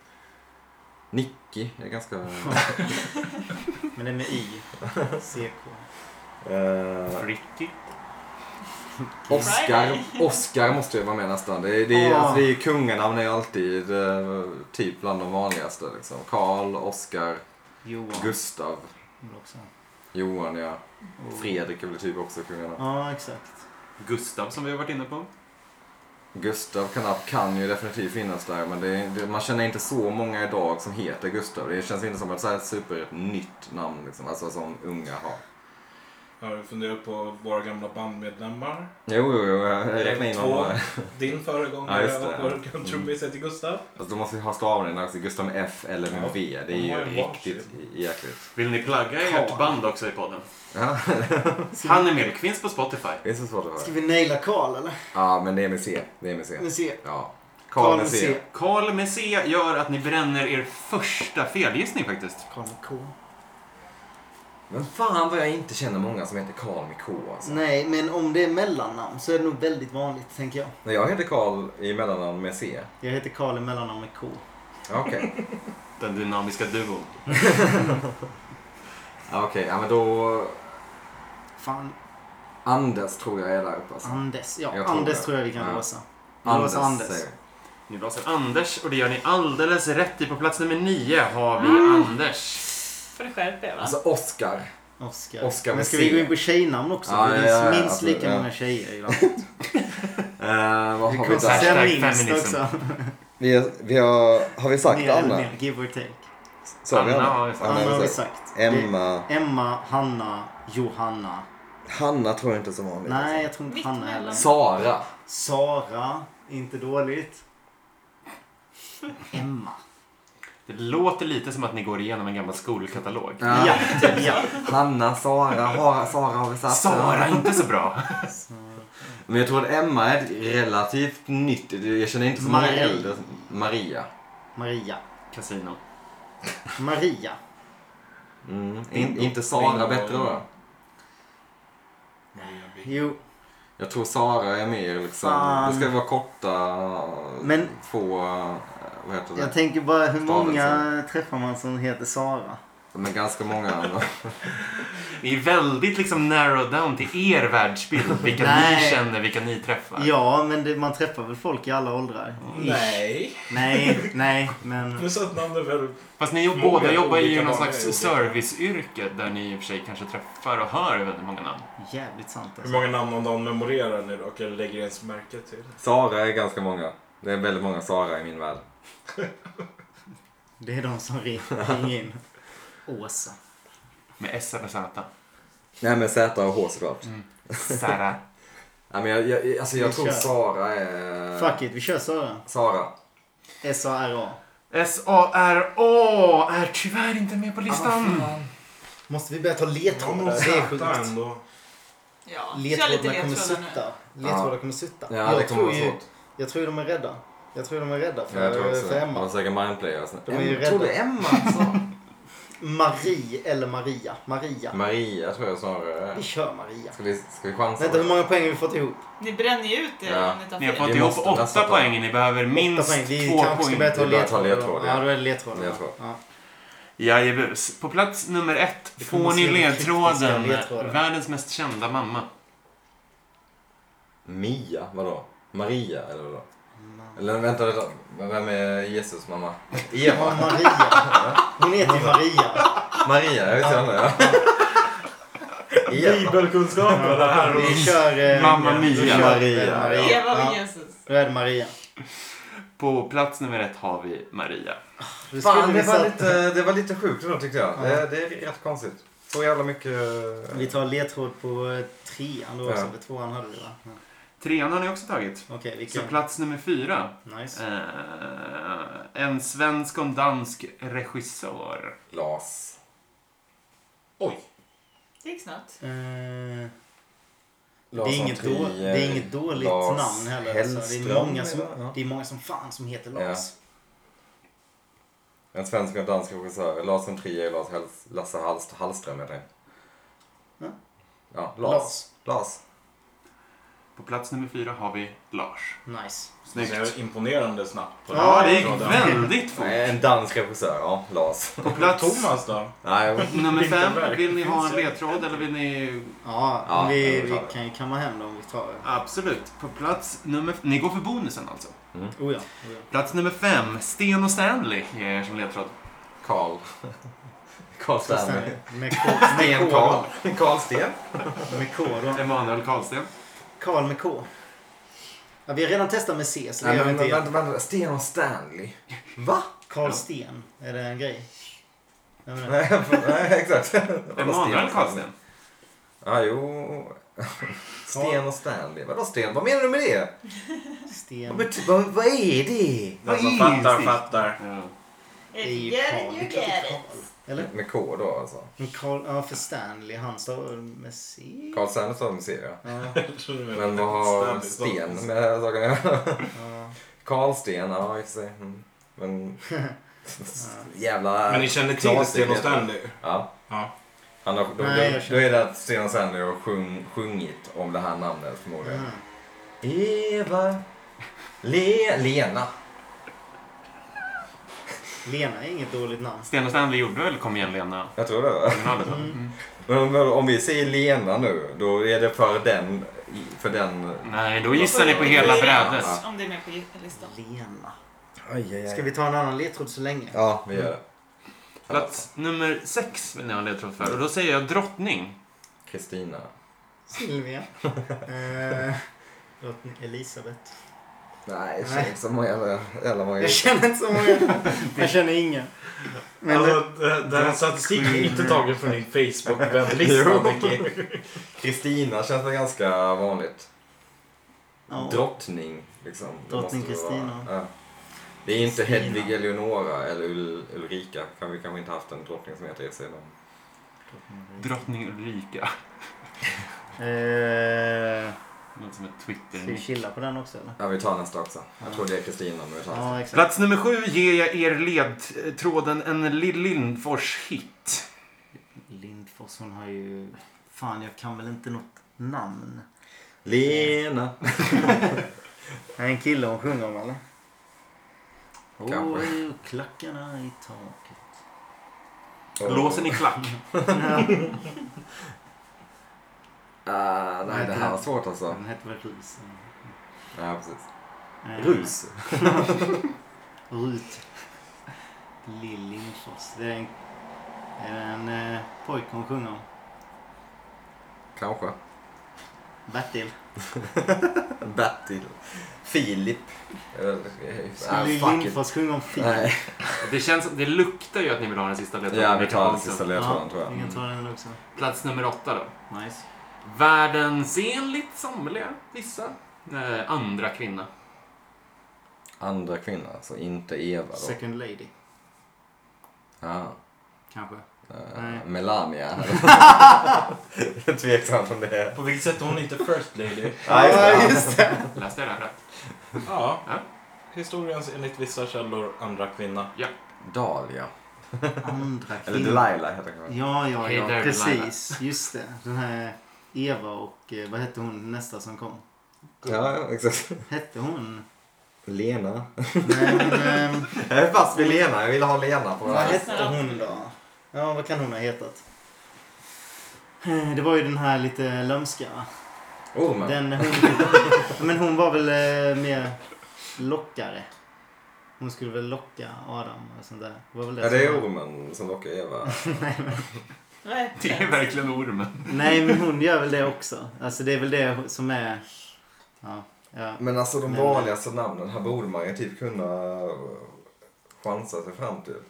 Nicky är ganska... Men det är med Y. C K. uh, Fricky. Oscar. Friday. Oscar måste ju vara med nästan. Det är, det är, Ah. alltså, det är kunganamn är alltid eh, typ bland de vanligaste. Liksom. Karl, Oscar, Johan. Gustav, vill också. Johan, ja. Och- Fredrik är väl typ också kunganamn. Ja, exakt. Gustav som vi har varit inne på. Gustav kan, kan ju definitivt finnas där, men det, det, man känner inte så många idag som heter Gustav. Det känns inte som ett så här supernytt namn, liksom, alltså som unga har. Har du funderat på våra gamla bandmedlemmar? Jo, jo, jo, jag räknar in Två. honom. Din Ja, föregångare just det. och vår trummis heter Gustav. Alltså, då måste vi ha stavningen, alltså Gustav med F eller med Ja, V. Det är de ju har ju varsin. riktigt jäkligt. Vill ni plugga ert band också i podden? Ja, Han är med. Finns på Spotify. det är så svårt att Ska höra. vi naila Karl eller? Ja, men det är med C. Det är med C. Med C. Ja. Karl med C. Karl med C gör att ni bränner er första felgissning faktiskt. Karl med K. Men fan vad jag inte känner många som heter Karl med K alltså. Nej, men om det är mellannamn så är det nog väldigt vanligt, tänker jag. Nej, jag heter Karl i mellannamn med C. Jag heter Karl i mellannamn med K. Okej. Okay. Den dynamiska duon. Okej, okay, ja men då... Fan. Anders tror jag är där uppe alltså. Anders, ja. Jag tror Anders det. tror jag vi kan Ja. låsa. Anders, Anders. säger Ni låser Anders och det gör ni alldeles rätt i. På plats nummer nio har vi mm. Anders. Får du skärpa er, va? Alltså Oscar. Oscar. Oscar Men med ska C. vi gå in på tjejnamn också? Ja, det ja, finns ja, minst absolut, lika ja. många tjejer i landet. uh, vad har vi Det där? Hashtag minst feminism. också. Vi har, vi har, har vi sagt Mer Anna? eller mer, give or take. Så vi Anna Anna? har vi sagt. Anna har vi sagt. Emma. Det är Emma, Hanna, Johanna. Hanna tror jag inte är så vanligt. Nej, jag tror inte Mitt Hanna heller. mellan. Sara. Sara, inte dåligt. Emma. Det låter lite som att ni går igenom en gammal skolkatalog. Ja. Ja, typ, ja. Hanna, Sara, har, Sara har vi satt. Sara, inte så bra. Men jag tror att Emma är relativt nytt. Jag känner inte så många Marie. äldre. Maria. Maria. Casino. Maria. Mm. In, Bingo. inte Sara Bingo. bättre då? Jo, Jag tror Sara är mer liksom. Fan. Det ska vara korta, Men- få, vad heter det? jag tänker bara hur många Stavelsen. träffar man som heter Sara? Men ganska många ändå. Ni är väldigt liksom narrowed down till er världsbild. Vilka Nej. ni känner, vilka ni träffar. Ja, men det, man träffar väl folk i alla åldrar? Nej. Nej, nej, men... Nu satt namnet väl... Fast ni Många båda jobbar ju i olika någon banor slags är olika. serviceyrke där ni i och för sig kanske träffar och hör väldigt många namn. Jävligt sant Hur alltså. många namn om dagen memorerar ni dock? Eller lägger ens märke till? Sara är ganska många. Det är väldigt många Sara i min värld. Det är de som ringer in. Åsa. Med S eller Z. Nej men Z och H såklart. Mm. Sara. Nej men jag, jag, alltså jag Vi tror kör. Sara är... Fuck it, vi kör Sara. Sara. S A R A. S A R A är tyvärr inte med på listan. Måste vi börja ta Ja, ledtrådar? men Det är Z sjukt. ändå. Ja, kör lite Ledtrådarna kommer ledtrådar nu. sutta. Ledtrådar kommer sutta. Ja, jag det kommer tror vara ju, svårt. jag tror de är rädda. Jag tror de är rädda för, Ja, jag tror också för det. Emma. De var säkert mindplayers. De är ju Emma, tror du rädda. Emma alltså? Marie eller Maria. Maria. Maria tror jag snarare. Vi kör Maria. Ska vi, ska vi chansa? Vänta, hur många poäng har vi fått ihop? Ni bränner ju ut er Ja. om ni tar Ni har fel. fått Vi ihop måste åtta nästan ta- poäng. Ni behöver minst Åtta poäng. Vi två kanske ska poäng. börja ta Vi börjar ta ledtrådar. ledtråd, då. ja. Ja, då är det ledtrådar. Ledtråd. Ja. Jajebus. På plats nummer ett Det kommer får ni se ledtråden kryptiska ledtrådar. världens mest kända mamma. Mia, vadå? Maria eller vadå? Eller vänta, vänta. Vem är Jesus mamma? Ja, Eva. Maria. Hon heter ju Maria. Maria, jag vet inte vad det är. Eva. Bibelkunskapen det här. Vi kör... eh, Mamma då Mia. kör Maria. vi Maria. Eva och Ja, Jesus. då är det Maria. På plats nummer ett har vi Maria. Då skulle Fan, vi det var, satt- lite, det var lite sjukt då tyckte jag. Ja. Det, det är rätt konstigt. Så jävla mycket... Vi tar ledtråd på eh, trean då också. Ja. För tvåan hade vi va? Ja. Trean har ni också tagit. Okej, Så vilken? plats nummer fyra. Nice. Eh, en svensk och en dansk regissör. Las. Oj. Det gick snabbt. Eh, det, Lars är inget von då, Trier, det är inget dåligt Lars namn heller. Alltså. Det, är Hellström, många som, eller? Ja. det är många som fan som heter Lars. En svensk och en dansk regissör. Lars von Trier, Lars Hels, Lasse Hallst, Hallström heter det. Ja. Ja, Lars. Lars. Lars. På plats nummer fyra har vi Lars. Nice. Snyggt. Det är imponerande snabbt. På Ja, den det gick tråden. väldigt fort. Nej, en dansk regissör, ja. Lars. På plats Thomas då? Nej, nummer fem, Vinterberg. vill ni ha en ledtråd eller vill ni... Ja, Ja, vi, jag vi tar det. kan ju kamma hem dem om vi tar det. Absolut. På plats nummer... Ni går för bonusen alltså. Oh ja. Oh ja. Plats nummer fem, Sten och Stanley ger er som ledtråd. Carl. Carl Stanley. Med K. Sten Med K. Carl. då. Carl Sten. Med K då. Emanuel Karlsten. Karl med K. Ja, vi har redan testat med C så det Nej, gör vi men inte vänta, igen. vänta. Sten och Stanley. Va? Karl Sten. Är det en grej? Jag menar, Nej, nej exakt. Emanuel Karlsten. Ja, jo. Sten och Stanley. Vadå Sten? Vad menar du med det? Vad, Sten. bety- vad, vad är det? Den som är fattar, det? fattar. Ja. Det är If ju you get Karl. it, Det you är klart det get är it. Karl. Eller? Med K då alltså. Men Karl, ja för Stanley, han står med C. Carl Stanley står med C, ja. Ja, Men vad har Sten med saken att göra? ja. Karlsten, ja i och för sig. Mm. Men... Jävla... Men ni känner till klassiker. Sten och Stanley? Ja. Ja. Han har, då, Nej, då, jag då är det att Sten och Stanley har sjung, sjungit om det här namnet förmodligen. Mm. Eva... Le, Lena. Lena är inget dåligt namn. Sten och Stanley gjorde väl Kom igen Lena? Jag tror det va? Originalet, va? Mm. Men om, om vi säger Lena nu, då är det för den... För den... Nej, då gissar ni på hela brädet. Om det är med på listan. Lena. Aj, aj, aj. Ska vi ta en annan ledtråd så länge? Ja, vi gör det. Plats nummer sex vill ni ha en ledtråd för. Och då säger jag drottning. Kristina. Silvia. eh, drottning Elisabeth. Nej, jag känner inte så många jävla, jävla många. Jag känner inte så många. Jag känner ingen. Men Alltså, det, det här statistiken är inte tagen från din Facebook-vänlista, Nicky. Kristina känns väl ganska vanligt. ja. Drottning, liksom. Det Drottning måste väl Kristina. vara- Ja. Det är inte Kristina. Hedvig Eleonora eller Ul Ulrika. Kan vi kanske inte haft en drottning som heter det. Drottning Ulrika. Eh, Något som är ska vi Twitter. chilla på den också eller? Ja, vi tar nästa också. Jag tror det är Kristina, men vi tar nästa. Ja, exakt. Plats nummer sju ger jag er ledtråden en Lill Lindfors-hit. Lindfors, hon har ju... Fan, jag kan väl inte något namn. Lena. Är en kille hon sjunger om eller? Kanske. Oj, klackarna i taket. Låsen i klack. Ja, Ah, nej, det här var svårt alltså. den heter väl Rus? Ja, precis. Eh, Rus. Rut. Lill Lindfors. Det är en, är det en eh, pojk hon sjunger om. Kanske. Bertil. Bertil. Filip. Ah, Lill fuck it. Lindfors sjunger om Filip. Nej. Det, känns, det luktar ju att ni vill ha den sista ledtråden. Ja, vi tar den sista ledtråden tror Ja, vi kan jag. ta den också. Plats nummer åtta då. Nice. Världens enligt somliga, vissa, eh, andra kvinna. Andra kvinna, så inte Eva då. Second lady. Ja. Kanske. Uh, Nej. Melania. Tveksamt om det är. På vilket sätt är hon inte first lady? Ja, just det. Läste jag det här rätt? Ja. Ja. Historiens enligt vissa källor andra kvinna. Dalia. Andra Eller kvinnor. Delilah heter det kanske. Ja, ja, Hey ja. there, Precis. Just det. Den här Eva och eh, vad hette hon nästa som kom? Ja, ja, exakt. Hette hon? Lena. Nej, men... ehm, Jag är fast vid Lena. Jag vill ha Lena på det vad här. hette hon då? Ja, vad kan hon ha hetat? Eh, Det var ju den här lite lömska. Va? Ormen. Den, hon, men hon var väl eh, mer lockare. Hon skulle väl locka Adam och sånt där. Det var väl det Ja, det är som var- ormen som lockar Eva. Nej, Det är verkligen ormen. Nej, men hon gör väl det också. Alltså det är väl det som är... Ja, ja. Men alltså de Men- vanligaste namnen här borde man ju typ kunna chansa sig fram till.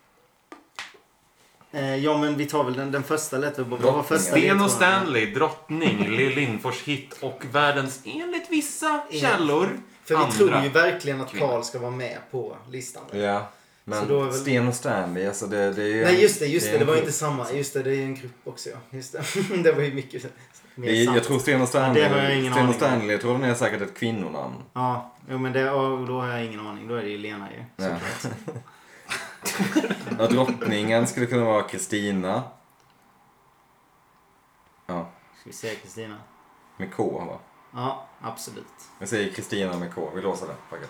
Eh, ja, men vi tar väl den, den första lätt. Vad var Drottningen. första Sten ledtråden? och Stanley, drottning, Lill Lindfors hit och världens enligt vissa källor För vi andra. tror ju verkligen att kvinnor. Karl ska vara med på listan. Ja. Så Men då är väl- Sten och Stanley, alltså det, det är ju... Nej, just det, just det. är Det en var grupp. inte samma. Just det, det är en grupp också. Ja. Just det. Det var ju mycket mer Det är, sant. jag tror Sten och Stanley, Det har jag ingen Sten aning och om. Stanley, jag tror den är säkert ett kvinnonamn. Ja, jo, men det, och då har jag ingen aning. Då är det ju Lena ju. Ja. såklart. Ja, drottningen skulle kunna vara Kristina. Ja, Ska vi se Kristina? med K va? Ja, absolut. Jag säger Kristina med K, vi låser det. Fuck it.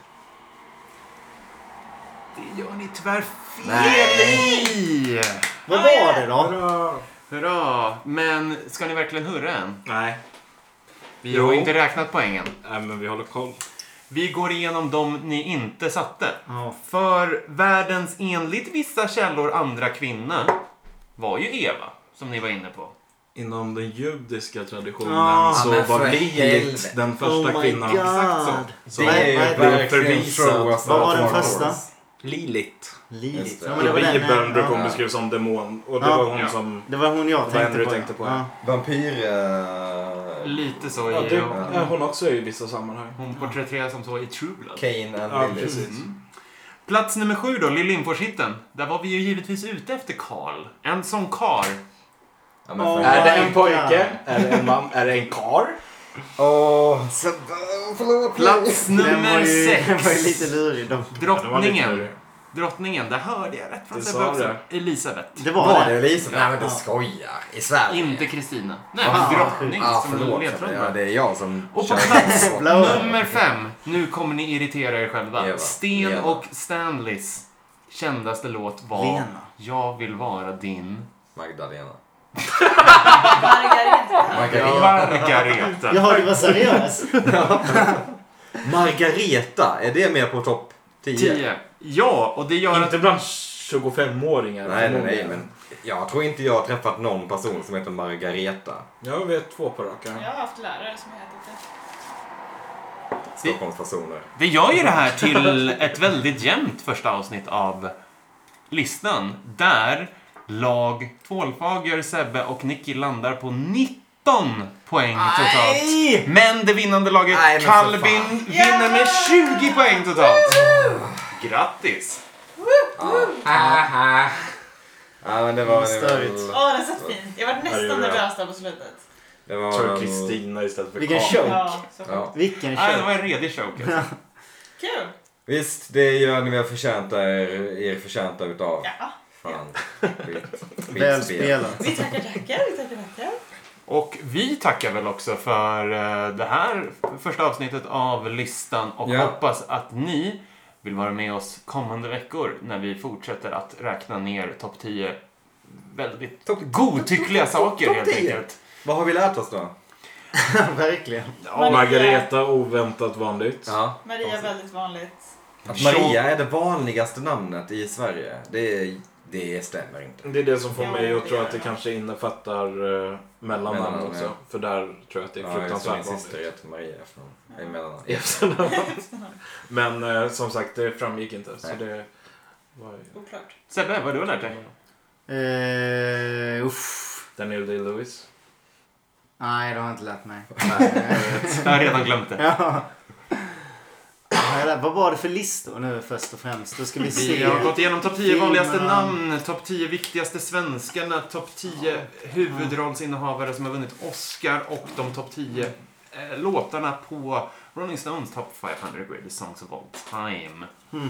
Det gör ni tyvärr fel Nej. i! Vad Ah, var ja. det då? Hurra! Hurra! Men ska ni verkligen hurra än? Nej. Vi Jo. har inte räknat poängen. Nej, men vi håller koll. Vi går igenom de ni inte satte. Ja, För världens enligt vissa källor andra kvinna var ju Eva, som ni var inne på. Inom den judiska traditionen Ah, så men var för Lilith helvete. den första Oh my kvinnan. God. Exakt så. Så Det är ju vad heter blev verkligen förvisad. show us Vad var den our första? horse. Lilith. Lilith. Just det. Ja, men det I var den, Bibeln ja. brukar hon Ja. beskrivas som demon. Och det Ja. var hon Ja. som... Det var hon jag Vad tänkte du på. tänkte på, ja. Ja. Vampyr... eh, Lite så Ja, i... det Ja. är hon också i vissa sammanhang. Hon porträtteras som så i True Blood. Kane and Ja, Lilith. precis. Mm. Plats nummer sju då, Lill Lindfors-hitten. Där var vi ju givetvis ute efter Karl. En som kar. Ja, men Oh. för- Är det en my pojke? God. Är det en man? Är det en kar? Åh, så... Förlåt. Plats Den var nummer ju, den var ju sex. lite lurig. De, Drottningen. Drottningen, där hörde jag rätt. Fast Du det var sa också det. Elisabeth. det var, Var det. det Elisa? Nej men du Ja. skojar. I Sverige. Inte Kristina. Nej, Ah, men drottning ah, som förlåt. ledtråd. Ja, det är jag som Och på kör. plats Blå. nummer fem. Nu kommer ni irritera er själva. Eva. Sten Eva. och Stanleys kändaste låt var Lena. Jag vill vara din Magdalena. Margareta. Margareta. Margareta. Jaha, du var seriös. Margareta, är det med på topp tio? tio. Ja, och det gör att... Inte bland tjugofemåringar. Nej, nej, nej, förmodligen. men jag tror inte jag har träffat någon person som heter Margareta. Jag vet två på raken. Jag har haft lärare som heter det. Stockholmspersoner. Det gör ju det här till ett väldigt jämnt första avsnitt av listan. Där lag Tvålfager, Sebbe och Nicky landar på nitton poäng totalt. Nej! Men det vinnande laget Nej, men för Calvin fan. vinner med tjugo poäng totalt. Grattis! Ja, men det var... Det Störigt. var, Åh, det satt fint. Jag var Här nästan gjorde jag. nervös där på slutet. det Jag tror var Kristina istället för Vilken Karl. show. Ja, så Ja. Vilken Nej, det show. var en redig choke. Alltså. Kul. Visst, det gör ni väl förtjänta er, er förtjänta utav. Ja. Fan. Skit, Väl skitspel. spelat. Vi tackar, tackar. Vi tackar, tackar. Och vi tackar väl också för eh, det här första avsnittet av listan och Ja. hoppas att ni vill vara med oss kommande veckor när vi fortsätter att räkna ner topp tio väldigt Topp- godtyckliga topp- topp- saker topp helt tio. enkelt. Vad har vi lärt oss då? Verkligen. Ja, Margareta, oväntat vanligt. Ja. Maria, väldigt vanligt. Att Maria är det vanligaste namnet i Sverige. Det, det stämmer inte. Det är det som får Ja, mig att det tro gör att det det. kanske innefattar uh, mellannamn Mellannamn, också. ja. För där tror jag att det är Ja, jag fruktansvärt min syster vanligt. heter Maria efter ja. emellanåt. I efternamn. Men uh, som sagt, det framgick inte. Så Nej. det var Oklart. Sebbe, vad har du lärt dig? Uh, uff. Daniel Day-Lewis. Nej, det har jag inte lärt mig. Nej, jag vet. Jag har redan glömt det. Ja. Ja, vad var det för listor nu först och främst? Då ska vi Vi se. har gått igenom topp tio Filmerna. vanligaste namn, topp tio viktigaste svenskarna, topp tio huvudrollsinnehavare som har vunnit Oscar och de topp tio eh, låtarna på Rolling Stones Top femhundra Greatest Songs of All Time.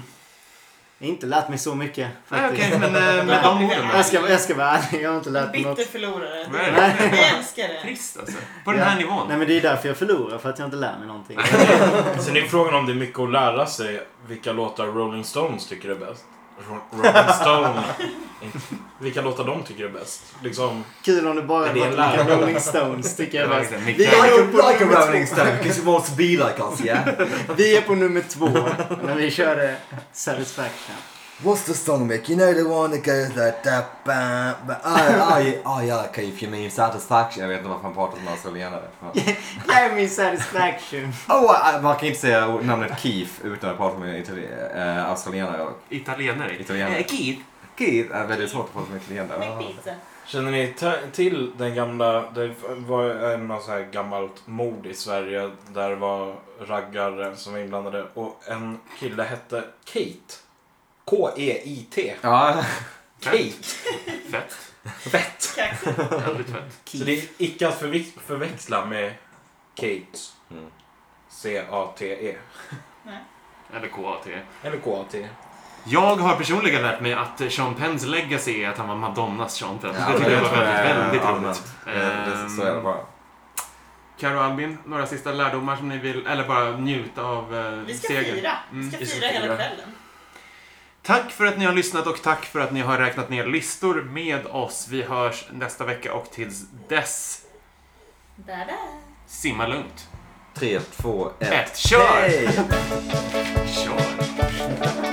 Inte lärt mig så mycket Nej, faktiskt. Okej, men eh, med de orden då? Jag ska, jag ska vara ärlig, jag har inte lärt mig Bitter något. förlorare. Vad är det? Vi älskar det. Trist alltså. På den här nivån. Nej, men det är därför jag förlorar, för att jag inte lär mig någonting. Sen är frågan om det är mycket att lära sig vilka låtar Rolling Stones tycker är bäst. Ro- Rolling Stone. Vilka låtar de tycker är bäst. Liksom, Kul om det bara Är det var en vilka lärare? Rolling Stones tycker jag Det var bäst. liksom Vi mycket- är, Like på a, like a nummer Rolling två. Stone, because you want to be like us, yeah? Vi är på nummer två när vi körde Satisfaction. What's the song, Mick? You know the one that goes like that, ba, ba, oh, oh, yeah, oh, yeah, okay, if you mean satisfaction. Jag vet inte varför han pratar som australienare. Give me satisfaction. Oh, man kan inte säga namnet Keith utan att prata med itali- äh, australienare. Italienare. Italienare. Eh, Keith. Keith är väldigt svårt att prata med italienare. Med pizza. känner ni ta- till den gamla, det var en något så här gammalt mord i Sverige där det var raggare som var inblandade och en kille hette Kate. K E I T. Ja, Kate. Fett. Fett. Kaxigt. Väldigt fett. Så det är icke att förvi- förväxla med Kate. Mm. C A T E. Eller K A T. Eller K A T. Jag har personligen lärt mig att Sean Penns legacy är att han var Madonnas Sean Penn. Ja, det tycker men jag var tror väldigt, är väldigt allmänt. roligt. Det- det- Så är det bara. Karo Albin, några sista lärdomar som ni vill, eller bara njuta av eh, Vi ska segern. fira. Mm, Vi vi ska ska fira hela fira. kvällen. Tack för att ni har lyssnat och tack för att ni har räknat ner listor med oss. Vi hörs nästa vecka och tills dess, Bye bye. simma lugnt. Tre, två, ett. Ett, kör! Hej! Kör!